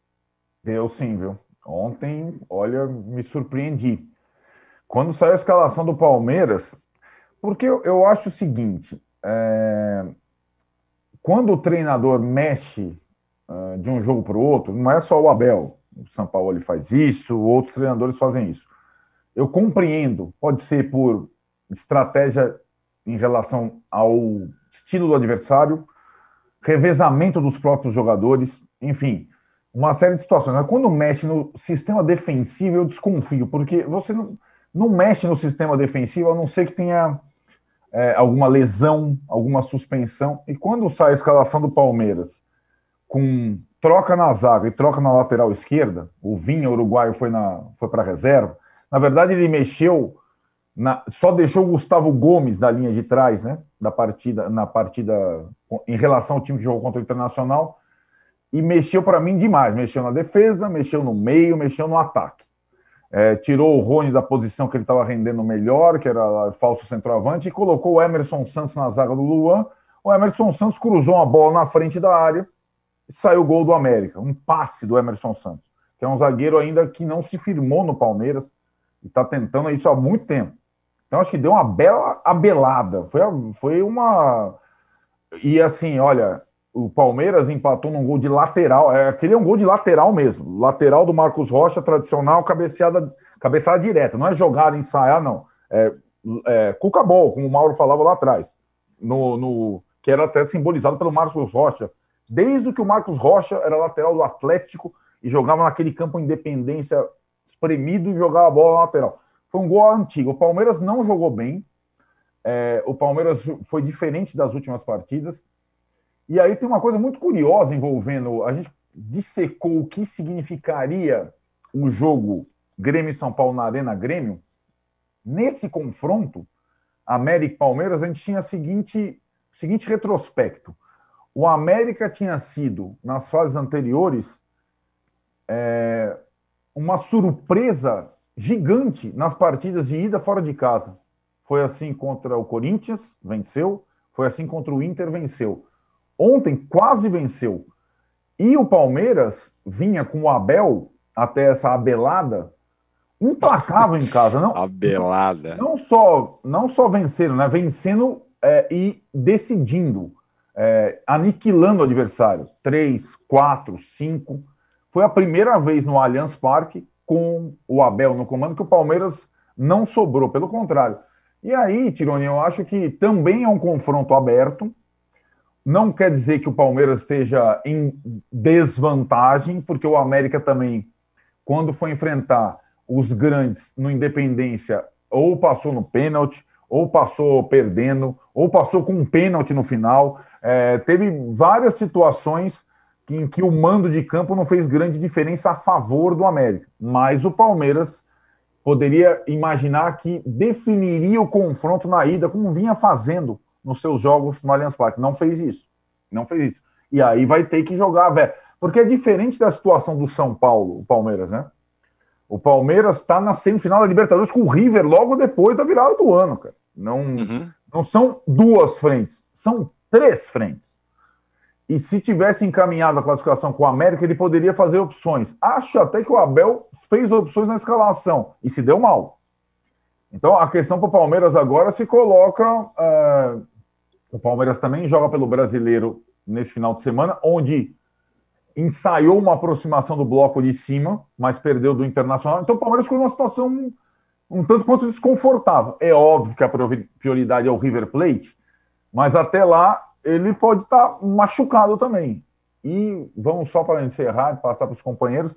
Deu sim, viu? Ontem, olha, me surpreendi. Quando saiu a escalação do Palmeiras, porque eu, eu acho o seguinte, é... quando o treinador mexe uh, de um jogo para o outro, não é só o Abel, o Sampaoli faz isso, outros treinadores fazem isso. Eu compreendo, pode ser por estratégia em relação ao estilo do adversário, revezamento dos próprios jogadores, enfim, uma série de situações. Mas quando mexe no sistema defensivo, eu desconfio, porque você não, não mexe no sistema defensivo, a não ser que tenha é, alguma lesão, alguma suspensão. E quando sai a escalação do Palmeiras com troca na zaga e troca na lateral esquerda, o Vinha, uruguaio, foi, na, foi para a reserva, na verdade ele mexeu, na, só deixou o Gustavo Gomes da linha de trás, né, da partida, na partida em relação ao time que jogou contra o Internacional, e mexeu para mim demais, mexeu na defesa, mexeu no meio, mexeu no ataque. É, tirou o Rony da posição que ele estava rendendo melhor, que era falso centroavante, e colocou o Emerson Santos na zaga do Luan. O Emerson Santos cruzou uma bola na frente da área e saiu o gol do América, um passe do Emerson Santos, que é um zagueiro ainda que não se firmou no Palmeiras e está tentando isso há muito tempo. Então acho que deu uma bela abelada, foi, foi uma... E assim, olha, o Palmeiras empatou num gol de lateral, é, aquele é um gol de lateral mesmo, lateral do Marcos Rocha, tradicional, cabeceada, cabeçada direta, não é jogada, ensaiar, não. É, é cuca-bol, como o Mauro falava lá atrás, no, no, que era até simbolizado pelo Marcos Rocha, desde que o Marcos Rocha era lateral do Atlético e jogava naquele campo Independência espremido e jogava a bola na lateral. Foi um gol antigo. O Palmeiras não jogou bem, é, o Palmeiras foi diferente das últimas partidas. E aí tem uma coisa muito curiosa envolvendo, a gente dissecou o que significaria o jogo Grêmio e São Paulo na Arena Grêmio. Nesse confronto, América e Palmeiras, a gente tinha o seguinte, seguinte retrospecto. O América tinha sido, nas fases anteriores, é, uma surpresa gigante nas partidas de ida fora de casa. Foi assim contra o Corinthians, venceu. Foi assim contra o Inter, venceu. Ontem quase venceu. E o Palmeiras vinha com o Abel até essa abelada, implacável em casa. Não, abelada. Não só, não só vencendo, né? Vencendo é, e decidindo, é, aniquilando o adversário. Três, quatro, cinco. Foi a primeira vez no Allianz Parque, com o Abel no comando, que o Palmeiras não sobrou, pelo contrário. E aí, Tironi, eu acho que também é um confronto aberto. Não quer dizer que o Palmeiras esteja em desvantagem, porque o América também, quando foi enfrentar os grandes no Independência, ou passou no pênalti, ou passou perdendo, ou passou com um pênalti no final. É, teve várias situações em que o mando de campo não fez grande diferença a favor do América. Mas o Palmeiras poderia imaginar que definiria o confronto na ida, como vinha fazendo nos seus jogos no Allianz Parque. Não fez isso. Não fez isso. E aí vai ter que jogar, velho. Porque é diferente da situação do São Paulo, o Palmeiras, né? O Palmeiras está na semifinal da Libertadores com o River logo depois da virada do ano, cara. Não, uhum. não são duas frentes, são três frentes. E se tivesse encaminhado a classificação com o América, ele poderia fazer opções. Acho até que o Abel fez opções na escalação e se deu mal. Então, a questão para o Palmeiras agora se coloca... Uh, o Palmeiras também joga pelo Brasileiro nesse final de semana, onde ensaiou uma aproximação do bloco de cima, mas perdeu do Internacional. Então, o Palmeiras ficou numa situação um tanto quanto desconfortável. É óbvio que a prioridade é o River Plate, mas até lá ele pode estar machucado também. E vamos só para encerrar e passar para os companheiros,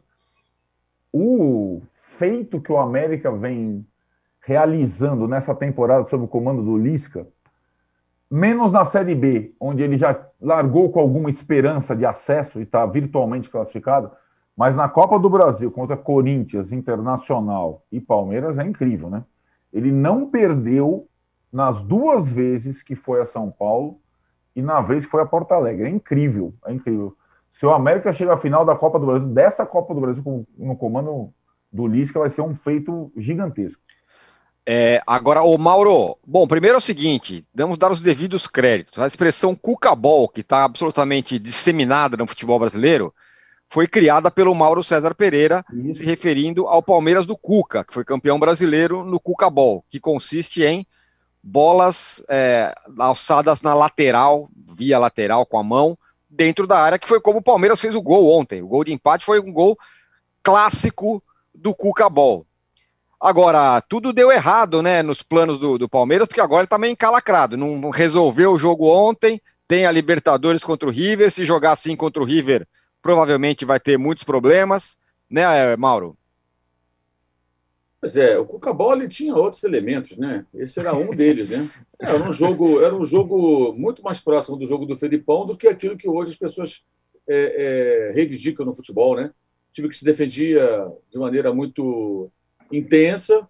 o feito que o América vem realizando nessa temporada sob o comando do Lisca, menos na Série B, onde ele já largou com alguma esperança de acesso e está virtualmente classificado, mas na Copa do Brasil, contra Corinthians, Internacional e Palmeiras, é incrível, né? Ele não perdeu nas duas vezes que foi a São Paulo e na vez que foi a Porto Alegre. É incrível, é incrível. Se o América chega à final da Copa do Brasil, dessa Copa do Brasil no comando do Lisca, vai ser um feito gigantesco. É, agora, o Mauro, bom, primeiro é o seguinte, vamos dar os devidos créditos. A expressão cucabol, que está absolutamente disseminada no futebol brasileiro, foi criada pelo Mauro César Pereira, Isso. se referindo ao Palmeiras do Cuca, que foi campeão brasileiro no cucabol, que consiste em bolas é, alçadas na lateral, via lateral com a mão, dentro da área, que foi como o Palmeiras fez o gol ontem. O gol de empate foi um gol clássico do cucabol. Agora, tudo deu errado, né, nos planos do, do Palmeiras, porque agora ele tá meio encalacrado, não resolveu o jogo ontem, tem a Libertadores contra o River, se jogar assim contra o River, provavelmente vai ter muitos problemas, né, Mauro? Pois é, o Cucabol ele tinha outros elementos, né? Esse era um deles, né? Era um jogo, era um jogo muito mais próximo do jogo do Felipão do que aquilo que hoje as pessoas é, é, reivindicam no futebol, né? Um time que se defendia de maneira muito intensa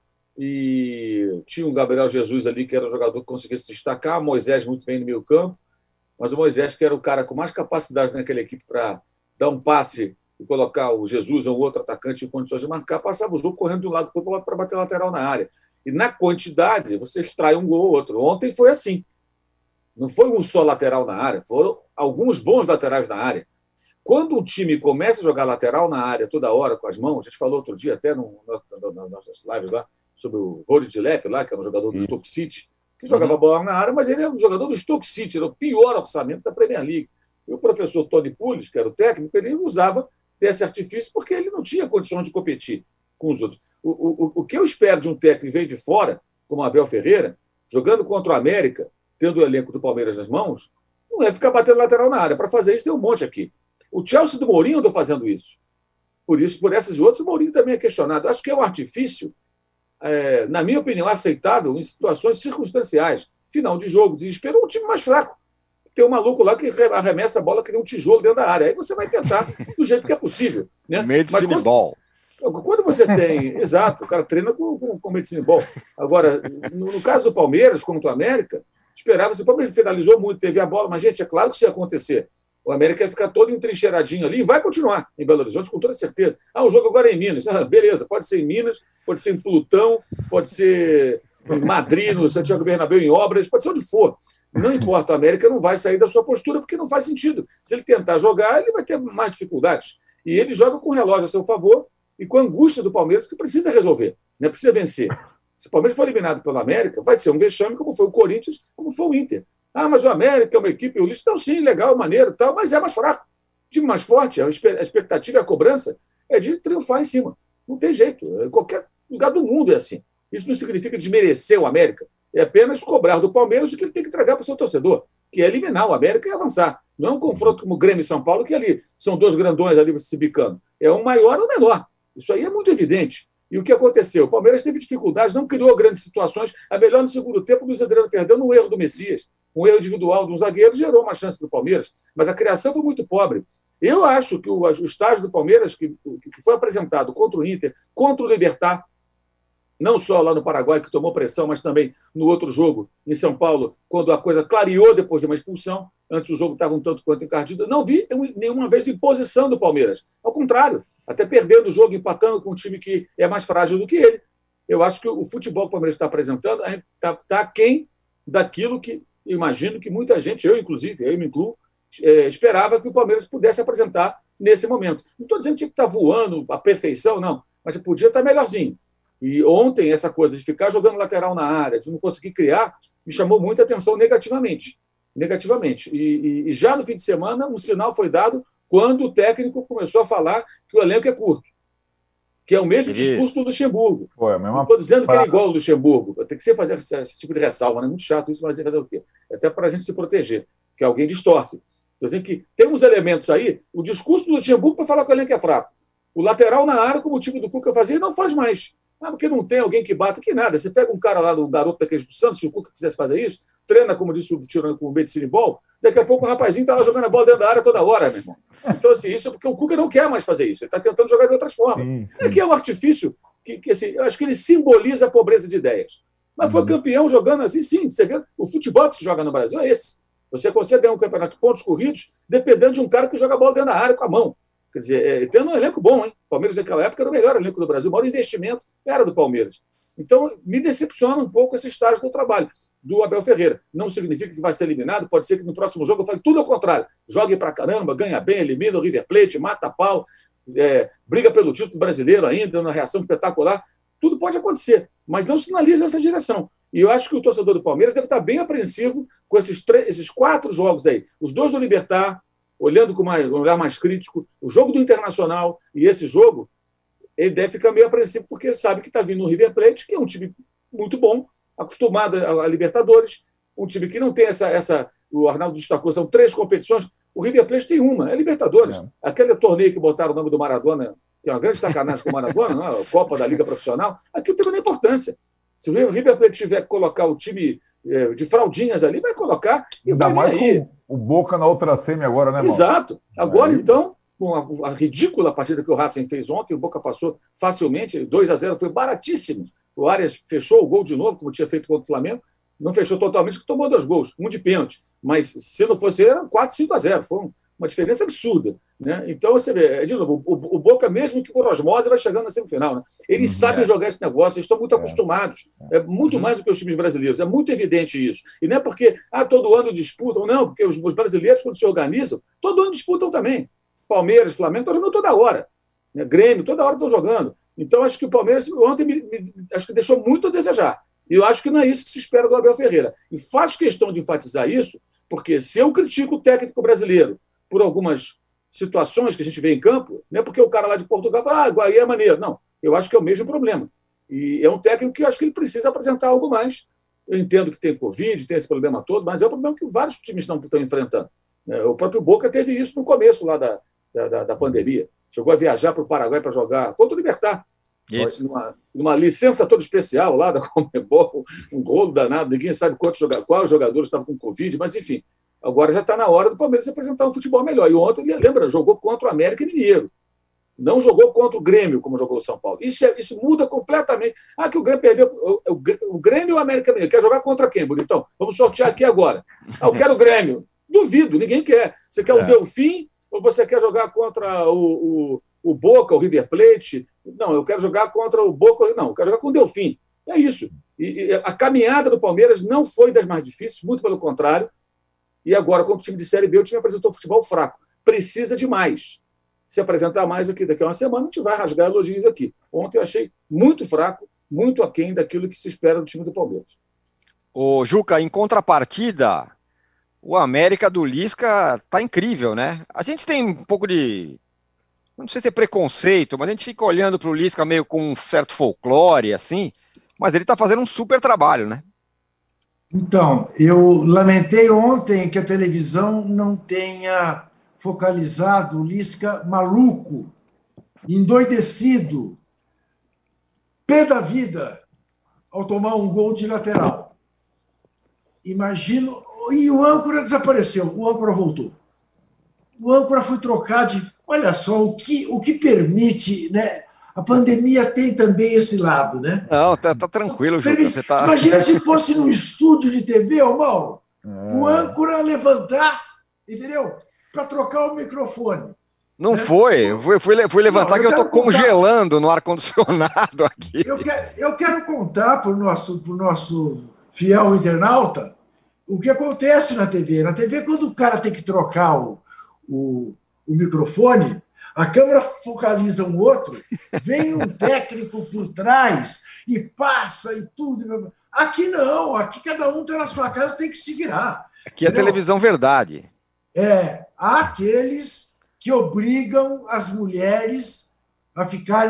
e tinha o Gabriel Jesus ali, que era um jogador que conseguia se destacar, Moisés muito bem no meio campo, mas o Moisés, que era o cara com mais capacidade naquela equipe para dar um passe e colocar o Jesus ou um outro atacante em condições de marcar, passava o jogo correndo de um lado para o outro para bater lateral na área. E na quantidade, você extrai um gol ou outro. Ontem foi assim. Não foi um só lateral na área, foram alguns bons laterais na área. Quando um time começa a jogar lateral na área toda hora com as mãos, a gente falou outro dia até no, no, nas nossas lives lá, sobre o Rory de Lepe, lá, que era um jogador do uhum. Stoke City, que jogava uhum. bola na área, mas ele era um jogador do Stoke City, era o pior orçamento da Premier League. E o professor Tony Pulis, que era o técnico, ele usava desse artifício porque ele não tinha condições de competir com os outros. O, o, o que eu espero de um técnico que vem de fora, como Abel Ferreira, jogando contra o América, tendo o elenco do Palmeiras nas mãos, não é ficar batendo lateral na área. Para fazer isso tem um monte aqui. O Chelsea do Mourinho andou fazendo isso. Por isso, por essas e outras, o Mourinho também é questionado. Acho que é um artifício, é, na minha opinião, aceitável em situações circunstanciais. Final de jogo, desespero, um time mais fraco. Tem um maluco lá que arremessa a bola que nem um tijolo dentro da área. Aí você vai tentar do jeito que é possível. Né? Medicine Mas quando, ball. Quando você tem... Exato, o cara treina com, com, com medicine ball. Agora, no, no caso do Palmeiras, contra o América, esperava-se, o Palmeiras finalizou muito, teve a bola, mas, gente, é claro que isso ia acontecer. O América ia ficar todo entrincheiradinho ali e vai continuar em Belo Horizonte, com toda certeza. Ah, o jogo agora é em Minas. Ah, beleza, pode ser em Minas, pode ser em Plutão, pode ser em Madrid, no Santiago Bernabéu, em obras, pode ser onde for. Não importa, o América não vai sair da sua postura porque não faz sentido. Se ele tentar jogar, ele vai ter mais dificuldades. E ele joga com o relógio a seu favor e com a angústia do Palmeiras, que precisa resolver, né? Precisa vencer. Se o Palmeiras for eliminado pelo América, vai ser um vexame, como foi o Corinthians, como foi o Inter. Ah, mas o América é uma equipe, o Ulisses, não, sim, legal, maneiro, tal, mas é mais fraco. O time mais forte, a expectativa e a cobrança é de triunfar em cima. Não tem jeito. Em qualquer lugar do mundo é assim. Isso não significa desmerecer o América. É apenas cobrar do Palmeiras o que ele tem que entregar para o seu torcedor, que é eliminar o América e avançar. Não é um confronto como o Grêmio e São Paulo, que ali são dois grandões ali se bicando. É um maior ou menor. Isso aí é muito evidente. E o que aconteceu? O Palmeiras teve dificuldades, não criou grandes situações. A melhor no segundo tempo, o Luiz Adriano perdeu no erro do Messias. Um erro individual de um zagueiro gerou uma chance para o Palmeiras, mas a criação foi muito pobre. Eu acho que o, o estágio do Palmeiras, que, que foi apresentado contra o Inter, contra o Libertad, não só lá no Paraguai, que tomou pressão, mas também no outro jogo, em São Paulo, quando a coisa clareou depois de uma expulsão, antes o jogo estava um tanto quanto encardido, não vi nenhuma vez de imposição do Palmeiras. Ao contrário, até perdendo o jogo, empatando com um time que é mais frágil do que ele. Eu acho que o futebol que o Palmeiras está apresentando está tá aquém daquilo que imagino que muita gente, eu inclusive, eu me incluo, é, esperava que o Palmeiras pudesse apresentar nesse momento. Não estou dizendo que está voando a perfeição, não, mas podia estar melhorzinho. E ontem, essa coisa de ficar jogando lateral na área, de não conseguir criar, me chamou muita atenção negativamente. Negativamente. E, e, e já no fim de semana, um sinal foi dado quando o técnico começou a falar que o elenco é curto. que é o mesmo Isso. discurso do Luxemburgo. Foi a mesma Não estou dizendo que ele é parada. igual ao Luxemburgo. Tem que ser fazer esse, esse tipo de ressalva, né? Muito chato isso, mas tem que fazer o quê? Até para a gente se proteger, que alguém distorce. Estou dizendo que tem uns elementos aí, o discurso do Luxemburgo para falar que o elenco é fraco. O lateral na área, como o time do Cuca fazia, não faz mais. Ah, porque não tem alguém que bata, que nada. Você pega um cara lá, um garoto daqueles do Santos, se o Cuca quisesse fazer isso, treina, como disse o Tirando com o Medicine Ball, daqui a pouco o rapazinho está lá jogando a bola dentro da área toda hora, meu irmão. Então, assim, isso é porque o Cuca não quer mais fazer isso. Ele está tentando jogar de outras formas. Sim, sim. É que é um artifício que, que assim, eu acho que ele simboliza a pobreza de ideias. Mas foi Uhum. campeão jogando assim, sim. Você vê, o futebol que se joga no Brasil é esse. Você consegue ganhar um campeonato de pontos corridos dependendo de um cara que joga a bola dentro da área com a mão. Quer dizer, é, tendo um elenco bom, hein? O Palmeiras naquela época era o melhor elenco do Brasil, o maior investimento era do Palmeiras. Então, me decepciona um pouco esse estágio do trabalho do Abel Ferreira. Não significa que vai ser eliminado, pode ser que no próximo jogo eu fale tudo ao contrário. Jogue pra caramba, ganha bem, elimina o River Plate, mata pau, é, briga pelo título brasileiro ainda, uma reação espetacular. Tudo pode acontecer, mas não sinaliza essa direção. E eu acho que o torcedor do Palmeiras deve estar bem apreensivo com esses, três, esses quatro jogos aí. Os dois do Libertad, olhando com mais, um olhar mais crítico, o jogo do Internacional e esse jogo, ele deve ficar meio apreensivo, porque ele sabe que está vindo o River Plate, que é um time muito bom, acostumado a, a Libertadores, um time que não tem essa, essa... O Arnaldo destacou, são três competições, o River Plate tem uma, é Libertadores. É. Aquele torneio que botaram o nome do Maradona, que é uma grande sacanagem com o Maradona, não é? A Copa da Liga Profissional, aquilo tem uma importância. Se o River Plate tiver que colocar o time é, de fraldinhas ali, vai colocar e Ainda vai mais aí. com o Boca na outra semi agora, né, Mauro? Exato. Agora, Aí... então, com a, a ridícula partida que o Racing fez ontem, o Boca passou facilmente, dois a zero, foi baratíssimo. O Arias fechou o gol de novo, como tinha feito contra o Flamengo. Não fechou totalmente, porque tomou dois gols, um de pênalti. Mas, se não fosse, era quatro, cinco a zero. Foi uma diferença absurda. Né? Então, você vê, de novo, o, o Boca, mesmo que por osmose, vai chegando na semifinal. Né? Eles uhum, sabem é. jogar esse negócio, eles estão muito é. acostumados. É muito uhum. mais do que os times brasileiros. É muito evidente isso. E não é porque ah, todo ano disputam, não, porque os, os brasileiros, quando se organizam, todo ano disputam também. Palmeiras, Flamengo, estão jogando toda hora. Né? Grêmio, toda hora estão jogando. Então, acho que o Palmeiras ontem me, me, acho que deixou muito a desejar. E eu acho que não é isso que se espera do Abel Ferreira. E faço questão de enfatizar isso, porque se eu critico o técnico brasileiro por algumas situações que a gente vê em campo, não é porque o cara lá de Portugal fala, ah, Guaí é maneiro. Não, eu acho que é o mesmo problema. E é um técnico que eu acho que ele precisa apresentar algo mais. Eu entendo que tem Covid, tem esse problema todo, mas é um problema que vários times estão, estão enfrentando. O próprio Boca teve isso no começo lá da, da, da pandemia. Chegou a viajar para o Paraguai para jogar contra o Libertad. Isso. Numa, numa licença toda especial lá da Conmebol, um rolo danado, ninguém sabe quantos jogadores, quais jogadores estavam com Covid, mas enfim, agora já está na hora do Palmeiras apresentar um futebol melhor. E ontem, lembra, jogou contra o América Mineiro. Não jogou contra o Grêmio, como jogou o São Paulo. Isso, é, isso muda completamente. Ah, que o Grêmio perdeu. O, o, o Grêmio e o América Mineiro. Quer jogar contra quem, Bonitão? Vamos sortear aqui agora. Ah, eu quero o Grêmio. Duvido, ninguém quer. Você quer é. o Delfim ou você quer jogar contra o, o, o Boca, o River Plate? Não, eu quero jogar contra o Boca. Não, eu quero jogar com o Delfim. É isso. E, e a caminhada do Palmeiras não foi das mais difíceis, muito pelo contrário. E agora, contra o time de Série B, o time apresentou futebol fraco. Precisa de mais. Se apresentar mais aqui daqui a uma semana, a gente vai rasgar elogios aqui. Ontem eu achei muito fraco, muito aquém daquilo que se espera do time do Palmeiras. Ô, Juca, em contrapartida, o América do Lisca tá incrível, né? A gente tem um pouco de... Não sei se é preconceito, mas a gente fica olhando para o Lisca meio com um certo folclore, assim, mas ele tá fazendo um super trabalho, né? Então, eu lamentei ontem que a televisão não tenha focalizado o Lisca maluco, endoidecido, pé da vida, ao tomar um gol de lateral. Imagino... E o âncora desapareceu, o âncora voltou. O âncora foi trocar de... Olha só, o que, o que permite... Né? A pandemia tem também esse lado, né? Não, tá, tá tranquilo, Juca. Você tá... Imagina se fosse num estúdio de T V, ô Mauro, é. o âncora levantar, entendeu? Para trocar o microfone. Não, né? foi, eu fui, fui, fui levantar não, eu que eu estou congelando no ar-condicionado aqui. Eu quero, eu quero contar para o nosso, pro nosso fiel internauta o que acontece na T V. Na T V, quando o cara tem que trocar o, o, o microfone, a câmera focaliza um outro, vem um técnico por trás e passa e tudo. Aqui não, aqui cada um está na sua casa, tem que se virar. Aqui é entendeu? Televisão verdade. É, há aqueles que obrigam as mulheres a ficarem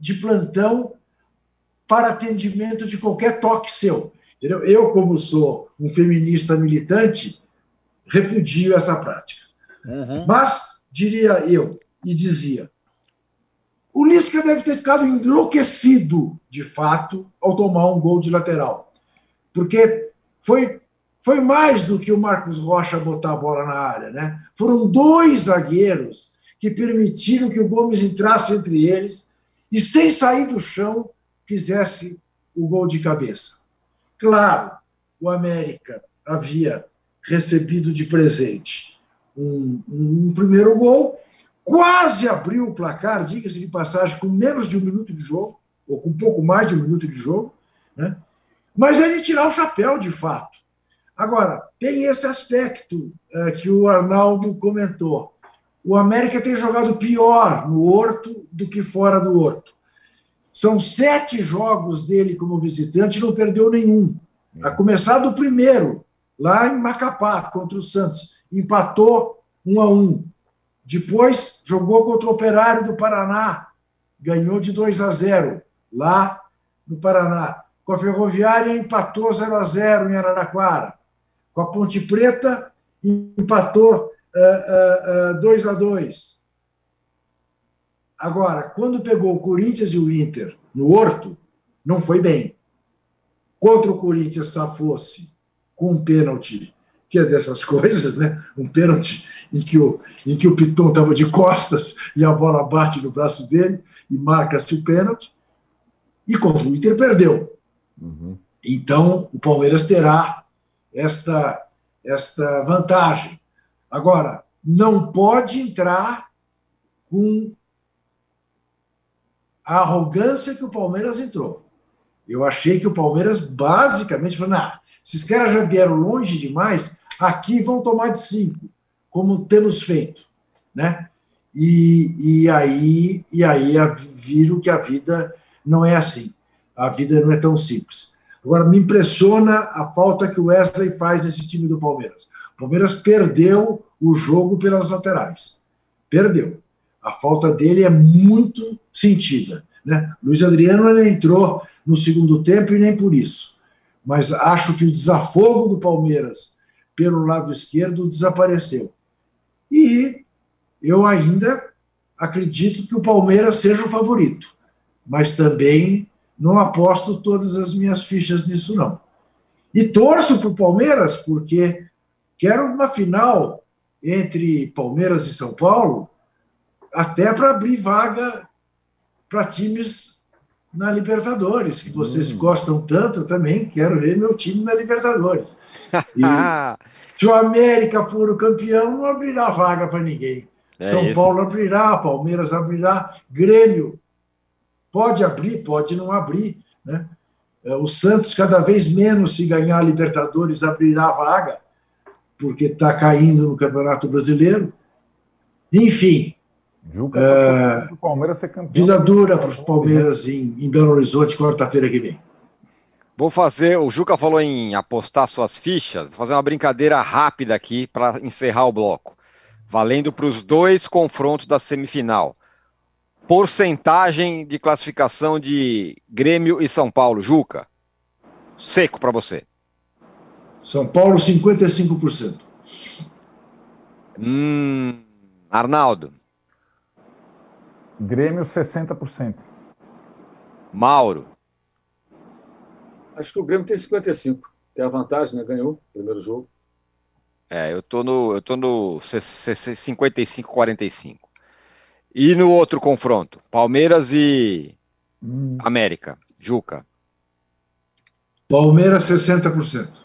de plantão para atendimento de qualquer toque seu. Entendeu? Eu, como sou um feminista militante, repudio essa prática. Uhum. Mas, diria eu, e dizia, o Lisca deve ter ficado enlouquecido, de fato, ao tomar um gol de lateral. Porque foi, foi mais do que o Marcos Rocha botar a bola na área, né? Foram dois zagueiros que permitiram que o Gomes entrasse entre eles e, sem sair do chão, fizesse o gol de cabeça. Claro, o América havia recebido de presente um, um, um primeiro gol, quase abriu o placar, diga-se de passagem, com menos de um minuto de jogo, ou com um pouco mais de um minuto de jogo, né? Mas é de tirar o chapéu, de fato. Agora, tem esse aspecto é, que o Arnaldo comentou. O América tem jogado pior no Horto do que fora do Horto. São sete jogos dele como visitante e não perdeu nenhum. A começar do primeiro, lá em Macapá, contra o Santos. Empatou um a um. Depois jogou contra o Operário do Paraná. Ganhou de dois a zero, lá no Paraná. Com a Ferroviária empatou zero a zero em Araraquara. Com a Ponte Preta empatou uh, uh, uh, dois a dois. Agora, quando pegou o Corinthians e o Inter no Horto, não foi bem. Contra o Corinthians, safou-se com um pênalti, que é dessas coisas, né? Um pênalti em que o, em que o Piton estava de costas e a bola bate no braço dele e marca-se o pênalti. E contra o Inter perdeu. Uhum. Então, o Palmeiras terá esta, esta vantagem. Agora, não pode entrar com a arrogância que o Palmeiras entrou. Eu achei que o Palmeiras basicamente falou, nah, esses caras já vieram longe demais, aqui vão tomar de cinco, como temos feito, né? E, e aí, e aí viram que a vida não é assim. A vida não é tão simples. Agora, me impressiona a falta que o Wesley faz nesse time do Palmeiras. O Palmeiras perdeu o jogo pelas laterais. Perdeu. A falta dele é muito sentida, né? Luiz Adriano ele entrou no segundo tempo e nem por isso. Mas acho que o desafogo do Palmeiras pelo lado esquerdo desapareceu. E eu ainda acredito que o Palmeiras seja o favorito. Mas também não aposto todas as minhas fichas nisso, não. E torço para o Palmeiras, porque quero uma final entre Palmeiras e São Paulo, até para abrir vaga para times na Libertadores, que vocês hum. gostam tanto, eu também quero ver meu time na Libertadores. E se o América for o campeão, não abrirá vaga para ninguém. É São isso. Paulo abrirá, Palmeiras abrirá, Grêmio pode abrir, pode não abrir, né? O Santos, cada vez menos, se ganhar a Libertadores, abrirá a vaga, porque está caindo no Campeonato Brasileiro. Enfim, Juca, é, o Palmeiras ser campeão. Vida dura para os Palmeiras em, em Belo Horizonte, quarta-feira que vem. Vou fazer, o Juca falou em apostar suas fichas, vou fazer uma brincadeira rápida aqui para encerrar o bloco, valendo para os dois confrontos da semifinal. Porcentagem de classificação de Grêmio e São Paulo, Juca. Seco para você. São Paulo, cinquenta e cinco por cento. Hum, Arnaldo. Grêmio, sessenta por cento. Mauro. Acho que o Grêmio tem cinquenta e cinco por cento. Tem a vantagem, né? Ganhou o primeiro jogo. É, eu tô no, eu tô no cinquenta e cinco a quarenta e cinco. E no outro confronto, Palmeiras e hum. América, Juca. Palmeiras, sessenta por cento.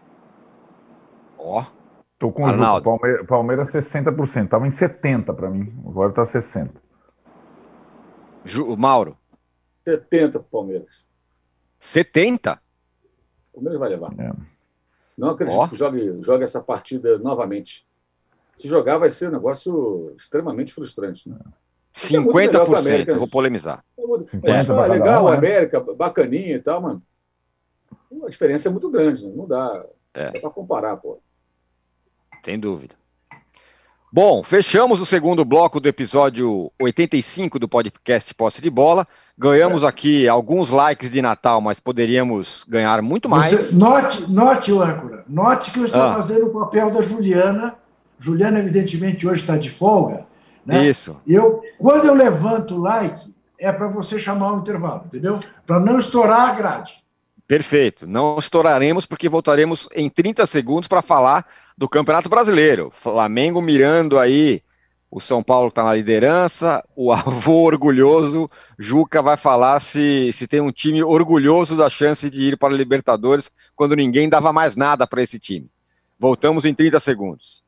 Ó. Tô com o Juca. Palmeiras, Palmeiras, sessenta por cento. Tava em setenta para mim. Agora tá sessenta por cento. Ju, Mauro. setenta para o Palmeiras. setenta? O Palmeiras vai levar. É. Não acredito oh. que jogue, jogue essa partida novamente. Se jogar, vai ser um negócio extremamente frustrante. Né? cinquenta por cento, eu vou polemizar. É, é legal, o América, bacaninha e tal, mano. A diferença é muito grande, né? Não dá, é. dá para comparar, pô. Sem dúvida. Bom, fechamos o segundo bloco do episódio oitenta e cinco do podcast Posse de Bola. Ganhamos aqui alguns likes de Natal, mas poderíamos ganhar muito mais. Você, note, note, âncora, note que eu estou ah. fazendo o papel da Juliana. Juliana, evidentemente, hoje está de folga. Né? Isso. Eu, quando eu levanto o like, é para você chamar o intervalo, entendeu? Para não estourar a grade. Perfeito. Não estouraremos, porque voltaremos em trinta segundos para falar do Campeonato Brasileiro. Flamengo mirando aí, o São Paulo está na liderança, o avô orgulhoso, Juca, vai falar se, se tem um time orgulhoso da chance de ir para a Libertadores, quando ninguém dava mais nada para esse time. Voltamos em trinta segundos.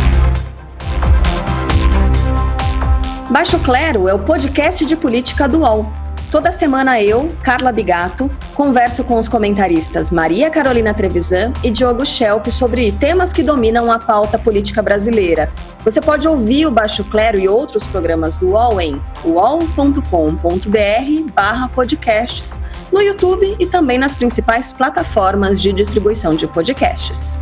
Baixo Clero é o podcast de política do U O L. Toda semana eu, Carla Bigato, converso com os comentaristas Maria Carolina Trevisan e Diogo Schelp sobre temas que dominam a pauta política brasileira. Você pode ouvir o Baixo Clero e outros programas do U O L em uol ponto com ponto br barra podcasts, no YouTube e também nas principais plataformas de distribuição de podcasts.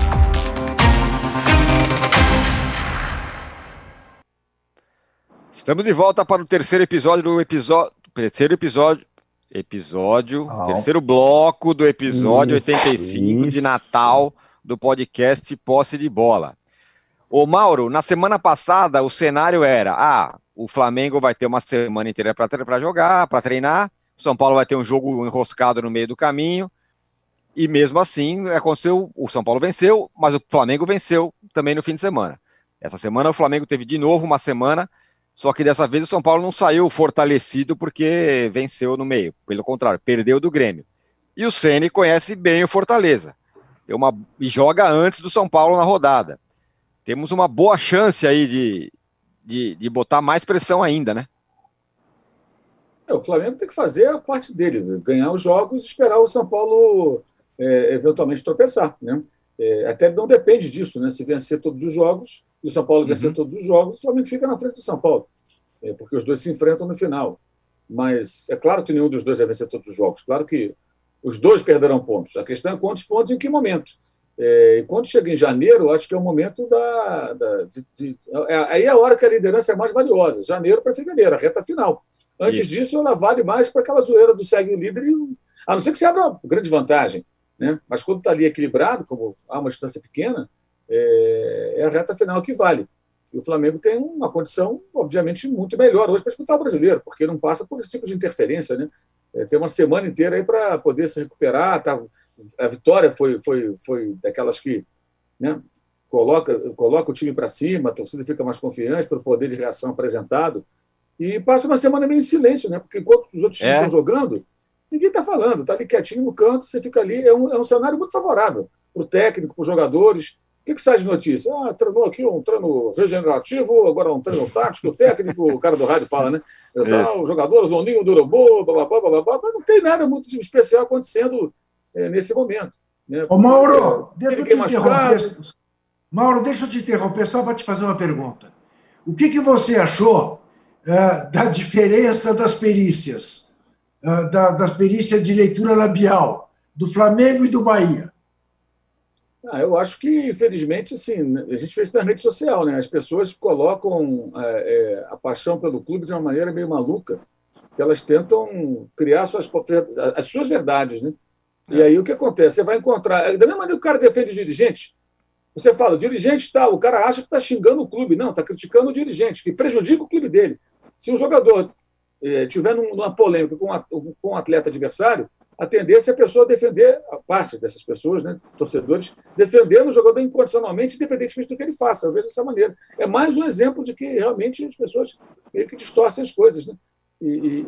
Estamos de volta para o terceiro episódio do episódio... Terceiro episódio, episódio, oh. terceiro bloco do episódio isso, oitenta e cinco isso. de Natal do podcast Posse de Bola. Ô Mauro, na semana passada o cenário era, ah, o Flamengo vai ter uma semana inteira para jogar, para treinar, o São Paulo vai ter um jogo enroscado no meio do caminho, e mesmo assim aconteceu, o São Paulo venceu, mas o Flamengo venceu também no fim de semana. Essa semana o Flamengo teve de novo uma semana. Só que dessa vez o São Paulo não saiu fortalecido porque venceu no meio. Pelo contrário, perdeu do Grêmio. E o Ceni conhece bem o Fortaleza. Tem uma, e joga antes do São Paulo na rodada. Temos uma boa chance aí de, de, de botar mais pressão ainda, né? É, o Flamengo tem que fazer a parte dele. Ganhar os jogos e esperar o São Paulo é, eventualmente tropeçar, né? É, até não depende disso, né? Se vencer todos os jogos e o São Paulo vencer uhum. todos os jogos, o Flamengo fica na frente do São Paulo, é, porque os dois se enfrentam no final. Mas é claro que nenhum dos dois vai vencer todos os jogos. Claro que os dois perderão pontos. A questão é quantos pontos e em que momento. É, e quando chega em janeiro, acho que é o momento da... da de, de, é, aí é a hora que a liderança é mais valiosa. Janeiro para fevereiro, a reta final. Antes Isso. disso, ela vale mais para aquela zoeira do segue o líder, e, a não ser que você abra uma grande vantagem. Né? Mas quando está ali equilibrado, como há uma distância pequena, é, é a reta final que vale. E o Flamengo tem uma condição, obviamente, muito melhor hoje para disputar o brasileiro, porque não passa por esse tipo de interferência. Né? É, tem uma semana inteira aí para poder se recuperar. Tá? A vitória foi, foi, foi daquelas que, né, coloca, coloca o time para cima, a torcida fica mais confiante pelo poder de reação apresentado. E passa uma semana meio em silêncio, né? Porque enquanto os outros times é. estão jogando, ninguém está falando, está ali quietinho no canto, você fica ali, é um, é um cenário muito favorável para o técnico, para os jogadores. O que, que sai de notícia? Ah, treinou aqui um treino regenerativo, agora um treino tático, o técnico, o cara do rádio fala, né? Então, os jogadores no ninho do urubu, blá, blá, blá, blá, blá, mas não tem nada muito especial acontecendo é, nesse momento. Né? Ô, Mauro, é, deixa eu te interromper. Mauro, deixa eu te interromper só para te fazer uma pergunta. O que, que você achou uh, da diferença das perícias? Uh, da, da perícia de leitura labial do Flamengo e do Bahia? Ah, eu acho que, infelizmente, assim, a gente fez isso na rede social, né? As pessoas colocam é, é, a paixão pelo clube de uma maneira meio maluca, que elas tentam criar suas, as suas verdades, né? É. E aí o que acontece? Você vai encontrar... Da mesma maneira que o cara defende o dirigente, você fala, o dirigente tal, o cara acha que está xingando o clube. Não, está criticando o dirigente, que prejudica o clube dele. Se um jogador é, tiver numa polêmica com, a, com um atleta adversário, a tendência é a pessoa defender, a parte dessas pessoas, né, torcedores, defendendo o jogador incondicionalmente, independentemente do que ele faça. Eu vejo dessa maneira. É mais um exemplo de que realmente as pessoas meio que distorcem as coisas. Né? E, e,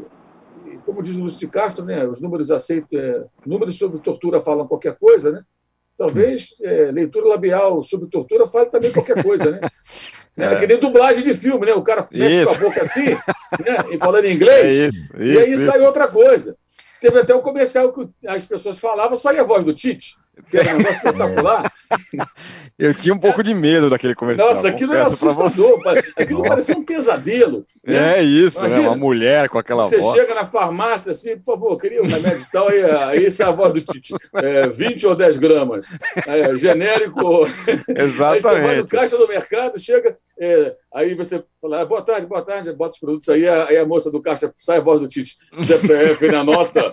e como diz o Lúcio de Castro, né, os números aceitam, é, números sobre tortura falam qualquer coisa, né? Talvez é, leitura labial sobre tortura fale também qualquer coisa, né? É, é que nem dublagem de filme, né? O cara mexe com a boca assim, né, e falando em inglês, é isso, isso, e aí isso. sai outra coisa. Teve até um comercial que as pessoas falavam, saía a voz do Tite, que era um negócio espetacular. Eu tinha um pouco de medo daquele comercial. Nossa, aquilo era assustador. Aquilo parecia um pesadelo. Né? É isso, né? Uma mulher com aquela você voz. Você chega na farmácia assim, por favor, queria um remédio e tal, aí, aí essa é a voz do Tite. É, vinte ou dez gramas. É, genérico. Exatamente. Aí você vai no caixa do mercado, chega, é, aí você fala, boa tarde, boa tarde, bota os produtos aí, aí a moça do caixa sai a voz do Tite. C P F na nota.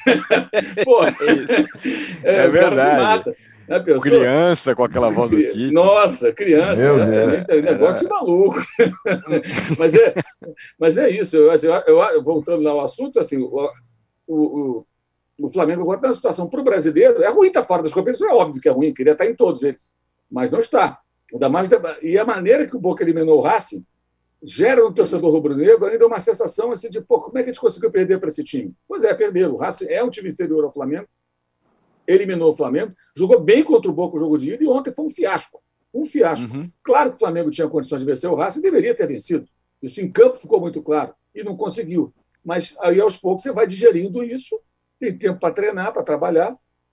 Pô, é, é verdade. O cara se mata. Né, criança com aquela voz do Tite. Nossa, criança. É, é negócio de maluco. mas, é, mas é isso. Eu, eu, voltando lá ao assunto, assim, o, o, o Flamengo agora está numa situação para o brasileiro. É ruim estar fora das competições, é óbvio que é ruim, queria estar em todos eles. Mas não está. Ainda mais, e a maneira que o Boca eliminou o Racing gera no torcedor rubro-negro ainda uma sensação assim de, pô, como é que a gente conseguiu perder para esse time? Pois é, perderam. O Racing é um time inferior ao Flamengo, eliminou o Flamengo, jogou bem contra o Boca o jogo de ida e ontem foi um fiasco. Um fiasco. Uhum. Claro que o Flamengo tinha condições de vencer o Racing e deveria ter vencido. Isso em campo ficou muito claro e não conseguiu. Mas aí, aos poucos, você vai digerindo isso, tem tempo para treinar, para trabalhar.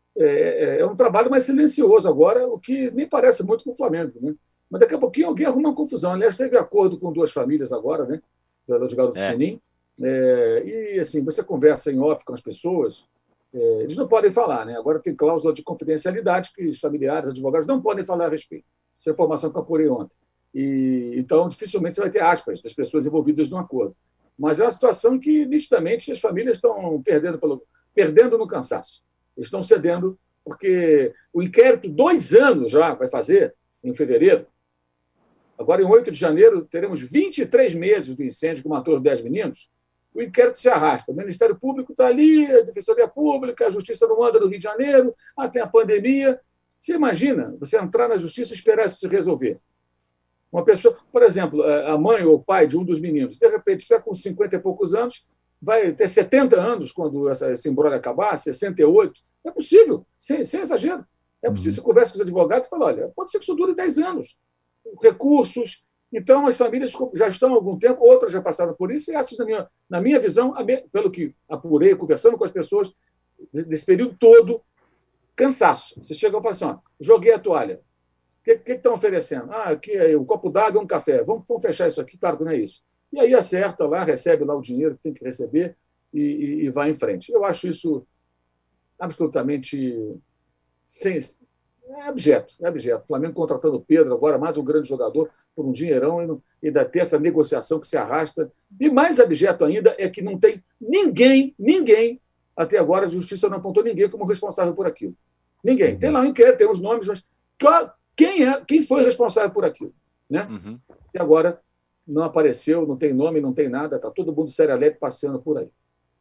É, é um trabalho mais silencioso agora, o que nem parece muito com o Flamengo, né? Mas daqui a pouquinho alguém arruma uma confusão. Aliás, teve acordo com duas famílias agora, né? Dos garotos é. Menin. É, e, assim, você conversa em off com as pessoas, é, eles não podem falar, né? Agora tem cláusula de confidencialidade que os familiares, advogados não podem falar a respeito. Isso é informação que eu apurei ontem. E, então, dificilmente você vai ter aspas das pessoas envolvidas no acordo. Mas é uma situação em que, nitidamente, as famílias estão perdendo, pelo, perdendo no cansaço. Eles estão cedendo, porque o inquérito, dois anos já vai fazer, em fevereiro. Agora, em oito de janeiro, teremos vinte e três meses do incêndio que matou os dez meninos. O inquérito se arrasta. O Ministério Público está ali, a Defensoria Pública, a Justiça não anda no Rio de Janeiro, ah, tem a pandemia. Você imagina você entrar na Justiça e esperar isso se resolver? Uma pessoa, por exemplo, a mãe ou o pai de um dos meninos, de repente, estiver com cinquenta e poucos anos, vai ter setenta anos quando essa, esse embrólio acabar, sessenta e oito. É possível, sem, sem exagero. É possível, você conversa com os advogados e fala, olha, pode ser que isso dure dez anos. Recursos. Então, as famílias já estão há algum tempo, outras já passaram por isso, e essas, na minha, na minha visão, pelo que apurei, conversando com as pessoas, desse período todo, cansaço. Você chega e fala assim, ó, joguei a toalha. O que, que estão oferecendo? Ah, aqui é um copo d'água e um café. Vamos, vamos fechar isso aqui? Claro que não é isso. E aí acerta lá, recebe lá o dinheiro que tem que receber e, e, e vai em frente. Eu acho isso absolutamente sem, é abjeto, é abjeto. O Flamengo contratando o Pedro, agora mais um grande jogador, por um dinheirão, e, não, e ainda ter essa negociação que se arrasta. E mais abjeto ainda é que não tem ninguém, ninguém, até agora a Justiça não apontou ninguém como responsável por aquilo. Ninguém. Tem lá um inquérito, tem os nomes, mas quem, é, quem foi responsável por aquilo? Né? Uhum. E agora não apareceu, não tem nome, não tem nada, está todo mundo serelepe passeando por aí.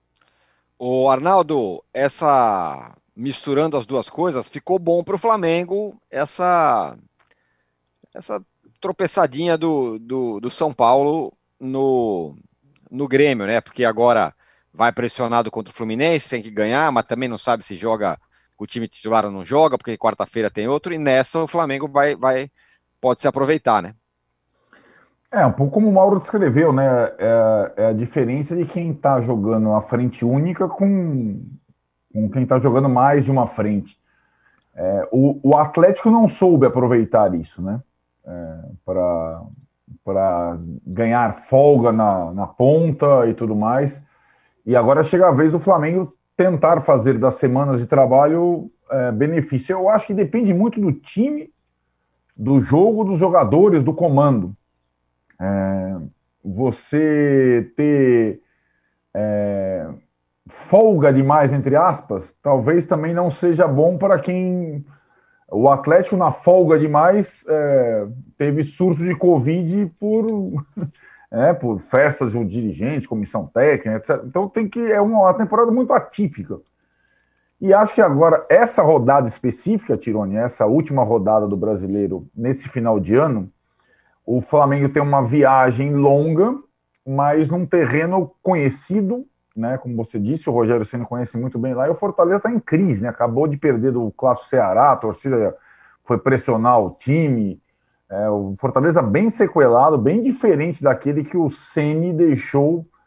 Ô Arnaldo, essa misturando as duas coisas, ficou bom para o Flamengo essa, essa tropeçadinha do, do, do São Paulo no, no Grêmio, né? Porque agora vai pressionado contra o Fluminense, tem que ganhar, mas também não sabe se joga com o time titular ou não joga, porque quarta-feira tem outro, e nessa o Flamengo vai, vai, pode se aproveitar, né? É, um pouco como o Mauro descreveu, né? É, é a diferença de quem está jogando a frente única com, com quem está jogando mais de uma frente. É, o, o Atlético não soube aproveitar isso, né? É, para ganhar folga na, na ponta e tudo mais. E agora chega a vez do Flamengo tentar fazer das semanas de trabalho é, benefício. Eu acho que depende muito do time, do jogo, dos jogadores, do comando. É, você ter é, folga demais, entre aspas, talvez também não seja bom para quem... O Atlético, na folga demais, é, teve surto de Covid por, é, por festas de um dirigente, comissão técnica, etcétera. Então tem que, é uma temporada muito atípica. E acho que agora, essa rodada específica, Tironi, essa última rodada do Brasileiro, nesse final de ano, o Flamengo tem uma viagem longa, mas num terreno conhecido, né? Como você disse, o Rogério Ceni conhece muito bem lá, e o Fortaleza está em crise, né? Acabou de perder do Clássico Ceará, a torcida foi pressionar o time. É, o Fortaleza bem sequelado, bem diferente daquele que o Ceni deixou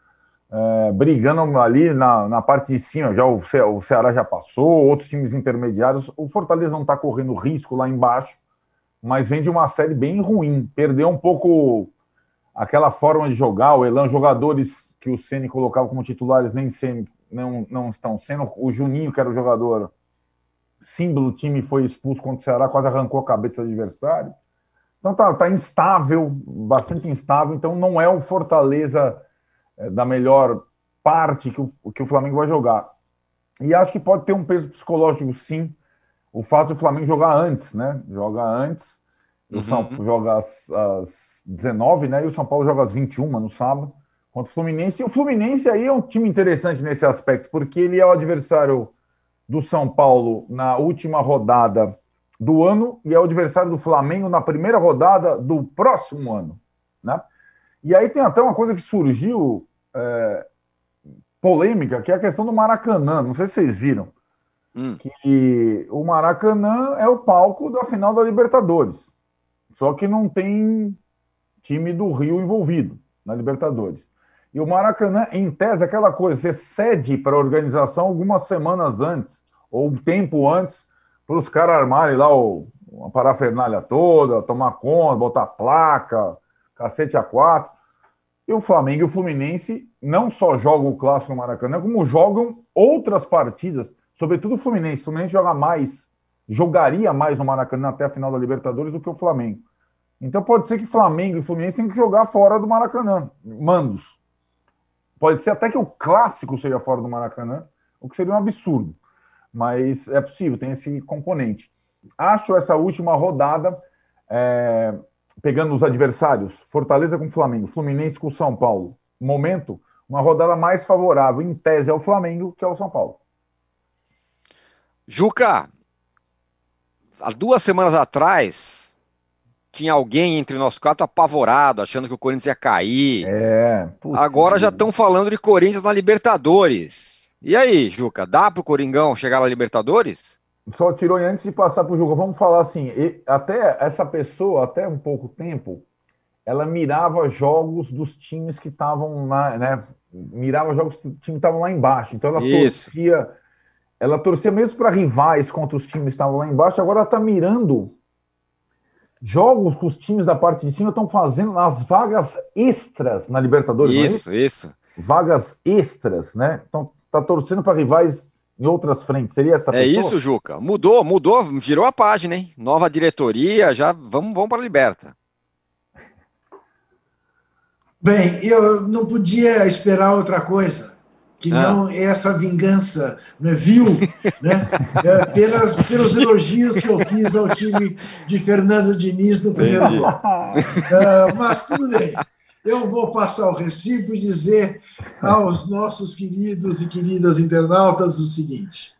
é, brigando ali na, na parte de cima. Já o, Ce, o Ceará já passou, outros times intermediários. O Fortaleza não está correndo risco lá embaixo, mas vem de uma série bem ruim. Perdeu um pouco aquela forma de jogar, o elan, jogadores que o Ceni colocava como titulares nem sempre não, não estão sendo. O Juninho, que era o jogador símbolo do time, foi expulso contra o Ceará, quase arrancou a cabeça do adversário. Então tá, tá instável, bastante instável. Então não é o Fortaleza é, da melhor parte que o, que o Flamengo vai jogar. E acho que pode ter um peso psicológico, sim, o fato do Flamengo jogar antes, né? Joga antes, uhum. O São Paulo joga às, às dezenove, né? E o São Paulo joga às vinte e uma no sábado contra o Fluminense. E o Fluminense aí é um time interessante nesse aspecto, porque ele é o adversário do São Paulo na última rodada do ano e é o adversário do Flamengo na primeira rodada do próximo ano, né? E aí tem até uma coisa que surgiu é, polêmica, que é a questão do Maracanã. Não sei se vocês viram. Hum. Que o Maracanã é o palco da final da Libertadores. Só que não tem time do Rio envolvido na Libertadores. E o Maracanã, em tese, é aquela coisa, você cede para a organização algumas semanas antes, ou um tempo antes, para os caras armarem lá o, a parafernália toda, tomar conta, botar placa, cacete a quatro. E o Flamengo e o Fluminense não só jogam o clássico no Maracanã, como jogam outras partidas, sobretudo o Fluminense. O Fluminense joga mais, jogaria mais no Maracanã até a final da Libertadores do que o Flamengo. Então pode ser que Flamengo e Fluminense tenham que jogar fora do Maracanã, mandos. Pode ser até que o clássico seja fora do Maracanã, o que seria um absurdo. Mas é possível, tem esse componente. Acho essa última rodada, é, pegando os adversários, Fortaleza com Flamengo, Fluminense com São Paulo, momento, uma rodada mais favorável, em tese, ao Flamengo que ao São Paulo. Juca, há duas semanas atrás, tinha alguém entre nós quatro apavorado, achando que o Corinthians ia cair. É, agora já estão falando de Corinthians na Libertadores. E aí, Juca, dá pro Coringão chegar na Libertadores? Só tirou antes de passar pro Juca, vamos falar assim, até essa pessoa, até um pouco tempo, ela mirava jogos dos times que estavam lá, né? Mirava jogos dos times que estavam lá embaixo. Então ela Isso. torcia, ela torcia mesmo para rivais contra os times que estavam lá embaixo, agora ela está mirando jogos que os times da parte de cima estão fazendo nas vagas extras na Libertadores. Isso, não é isso? isso. Vagas extras, né? Então tá torcendo para rivais em outras frentes. Seria essa pessoa? É isso, Juca. Mudou, mudou, virou a página, hein? Nova diretoria, já vamos, vamos para a Liberta. Bem, eu não podia esperar outra coisa que ah. não essa vingança, né, vil, né, é, pelas, pelos elogios que eu fiz ao time de Fernando Diniz no primeiro gol. Uh, mas tudo bem, eu vou passar o recibo e dizer aos nossos queridos e queridas internautas o seguinte: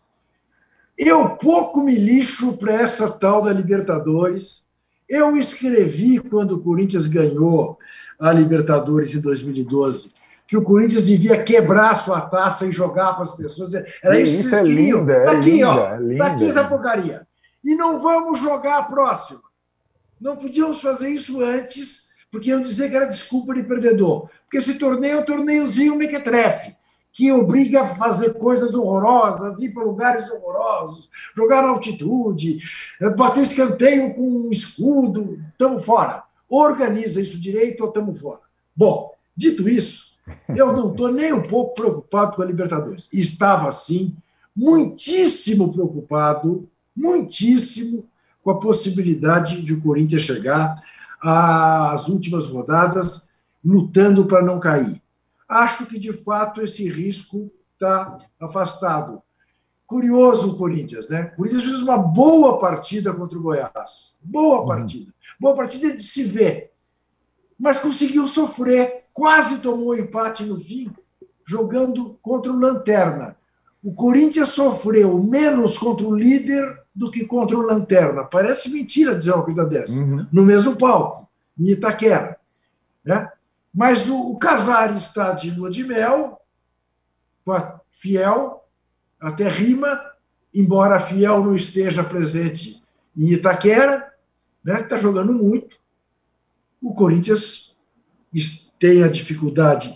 eu pouco me lixo para essa tal da Libertadores. Eu escrevi quando o Corinthians ganhou a Libertadores em dois mil e doze que o Corinthians devia quebrar sua taça e jogar para as pessoas. Era isso, isso que vocês queriam. Linda, tá aqui, é linda, ó. É linda, tá aqui essa porcaria. E não vamos jogar a próxima. Não podíamos fazer isso antes, porque iam dizer que era desculpa de perdedor. Porque esse torneio é um torneiozinho mequetrefe, que obriga a fazer coisas horrorosas, ir para lugares horrorosos, jogar na altitude, bater escanteio com um escudo. Estamos fora. Organiza isso direito ou estamos fora. Bom, dito isso, eu não estou nem um pouco preocupado com a Libertadores. Estava, sim, muitíssimo preocupado, muitíssimo, com a possibilidade de o Corinthians chegar às últimas rodadas lutando para não cair. Acho que, de fato, esse risco está afastado. Curioso o Corinthians, né? O Corinthians fez uma boa partida contra o Goiás. Boa partida. Boa partida de se ver. Mas conseguiu sofrer. Quase tomou empate no fim, jogando contra o Lanterna. O Corinthians sofreu menos contra o líder do que contra o Lanterna. Parece mentira dizer uma coisa dessa. Uhum. No mesmo palco, em Itaquera. Né? Mas o, o Casares está de lua de mel, com a Fiel, até rima, embora a Fiel não esteja presente em Itaquera, né? Está jogando muito. O Corinthians tem a dificuldade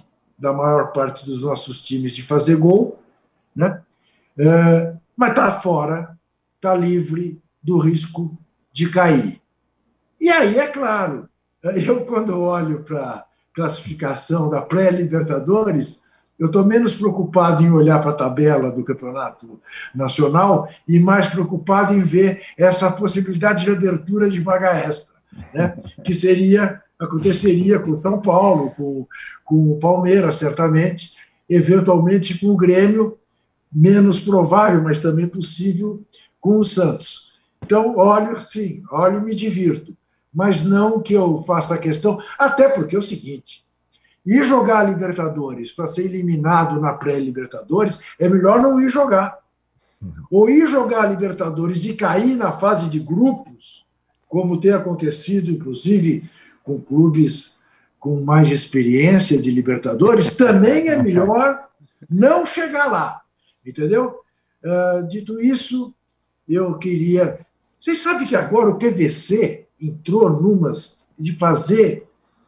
da maior parte dos nossos times de fazer gol, né? É, mas está fora, está livre do risco de cair. E aí, é claro, eu quando olho para a classificação da pré-Libertadores, eu estou menos preocupado em olhar para a tabela do Campeonato Nacional e mais preocupado em ver essa possibilidade de abertura de vaga extra, né? Que seria, aconteceria com o São Paulo, com, com o Palmeiras, certamente, eventualmente com o Grêmio, menos provável, mas também possível, com o Santos. Então, olho, sim, olho e me divirto, mas não que eu faça questão, até porque é o seguinte, ir jogar a Libertadores para ser eliminado na pré-Libertadores, é melhor não ir jogar. Ou ir jogar a Libertadores e cair na fase de grupos, como tem acontecido, inclusive, com clubes com mais experiência de Libertadores, também é melhor não chegar lá. Entendeu? Uh, dito isso, eu queria... Vocês sabem que agora o P V C entrou numas de fazer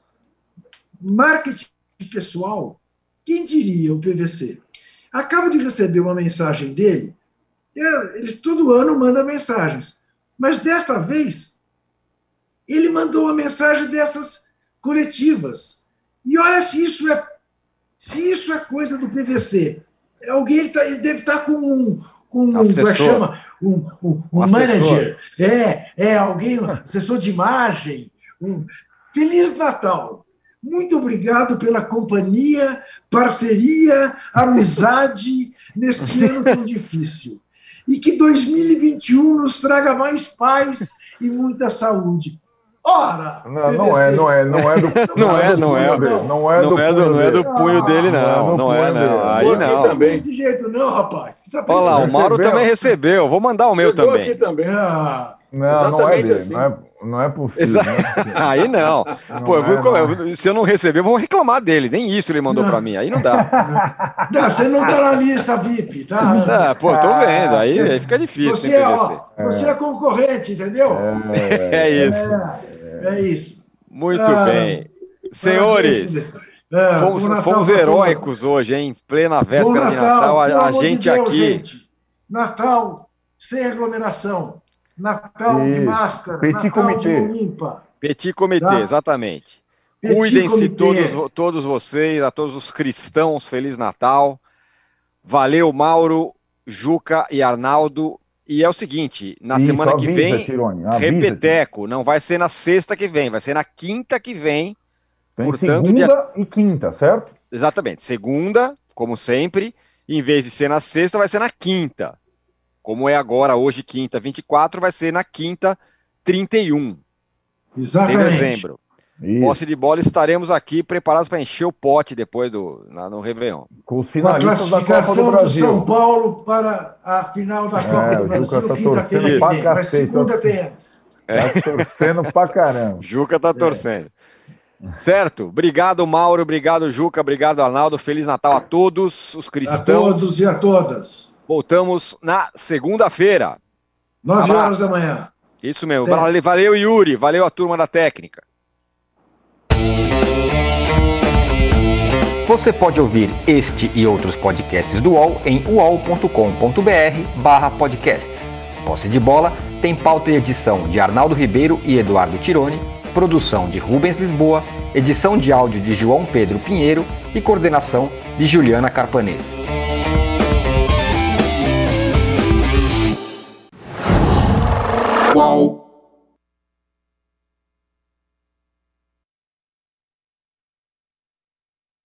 marketing pessoal. Quem diria o P V C? Acabo de receber uma mensagem dele. Eles todo ano mandam mensagens. Mas desta vez, ele mandou uma mensagem dessas coletivas. E olha se isso é, se isso é coisa do P V C. Alguém tá, ele deve estar com um, com um, como é que chama? Um, um, um, um manager. É, é alguém, um assessor de imagem. Um... Feliz Natal! Muito obrigado pela companhia, parceria, amizade neste ano tão difícil. E que dois mil e vinte e um nos traga mais paz e muita saúde. Ora! Não, não é, não é, não é do não é, não é, não é do não é do, não é do punho dele, não, não é, não. Aí não. Também desse jeito, não, rapaz. Tá olha lá, o Mauro também recebeu. Vou mandar o meu Chegou também. Aqui também. Ah, não, exatamente não é dele, assim. Não é, não é possível. Não é possível. Aí não. não Pô, eu é, vou, se eu não receber, eu vou reclamar dele. Nem isso ele mandou para mim. Aí não dá. Não, você não tá na lista V I P, tá? Ah, pô, eu tô vendo. Aí, aí fica difícil. Você, ó, você é concorrente, entendeu? É, é isso. É, é isso. Muito ah, bem. Senhores, é, fomos, fomos heróicos hoje, hein? Plena véspera Natal, de Natal. A, a gente de Deus, aqui. Gente. Natal sem aglomeração. Natal de máscara. Petit Natal comitê. de limpa. Petit comitê, tá? Exatamente. Cuidem-se todos, todos vocês, a todos os cristãos, Feliz Natal. Valeu, Mauro, Juca e Arnaldo. E é o seguinte, na Isso, semana que avisa, vem, Tirone, avisa, repeteco, Tirone. Não vai ser na sexta que vem, vai ser na quinta que vem. Tem portanto, segunda dia... e quinta, certo? Exatamente, segunda, como sempre, em vez de ser na sexta, vai ser na quinta. Como é agora, hoje, quinta, vinte e quatro, vai ser na quinta, trinta e um Exatamente. de dezembro. Isso. Posse de bola, estaremos aqui preparados para encher o pote depois do na, no Réveillon. Com os finalistas da Copa do Brasil. Do São Paulo para a final da Copa é, do Brasil, tá quinta-feira que vem. Mas segunda tem antes. É. Tá torcendo pra caramba. Juca tá torcendo. É. Certo? Obrigado, Mauro. Obrigado, Juca. Obrigado, Arnaldo. Feliz Natal a todos os cristãos. A todos e a todas. Voltamos na segunda-feira. Nove horas da manhã. Isso mesmo. Até. Valeu, Yuri. Valeu a turma da técnica. Você pode ouvir este e outros podcasts do U O L em uol ponto com ponto br barra podcasts. Posse de Bola tem pauta e edição de Arnaldo Ribeiro e Eduardo Tironi, produção de Rubens Lisboa, edição de áudio de João Pedro Pinheiro e coordenação de Juliana Carpanês. Qual?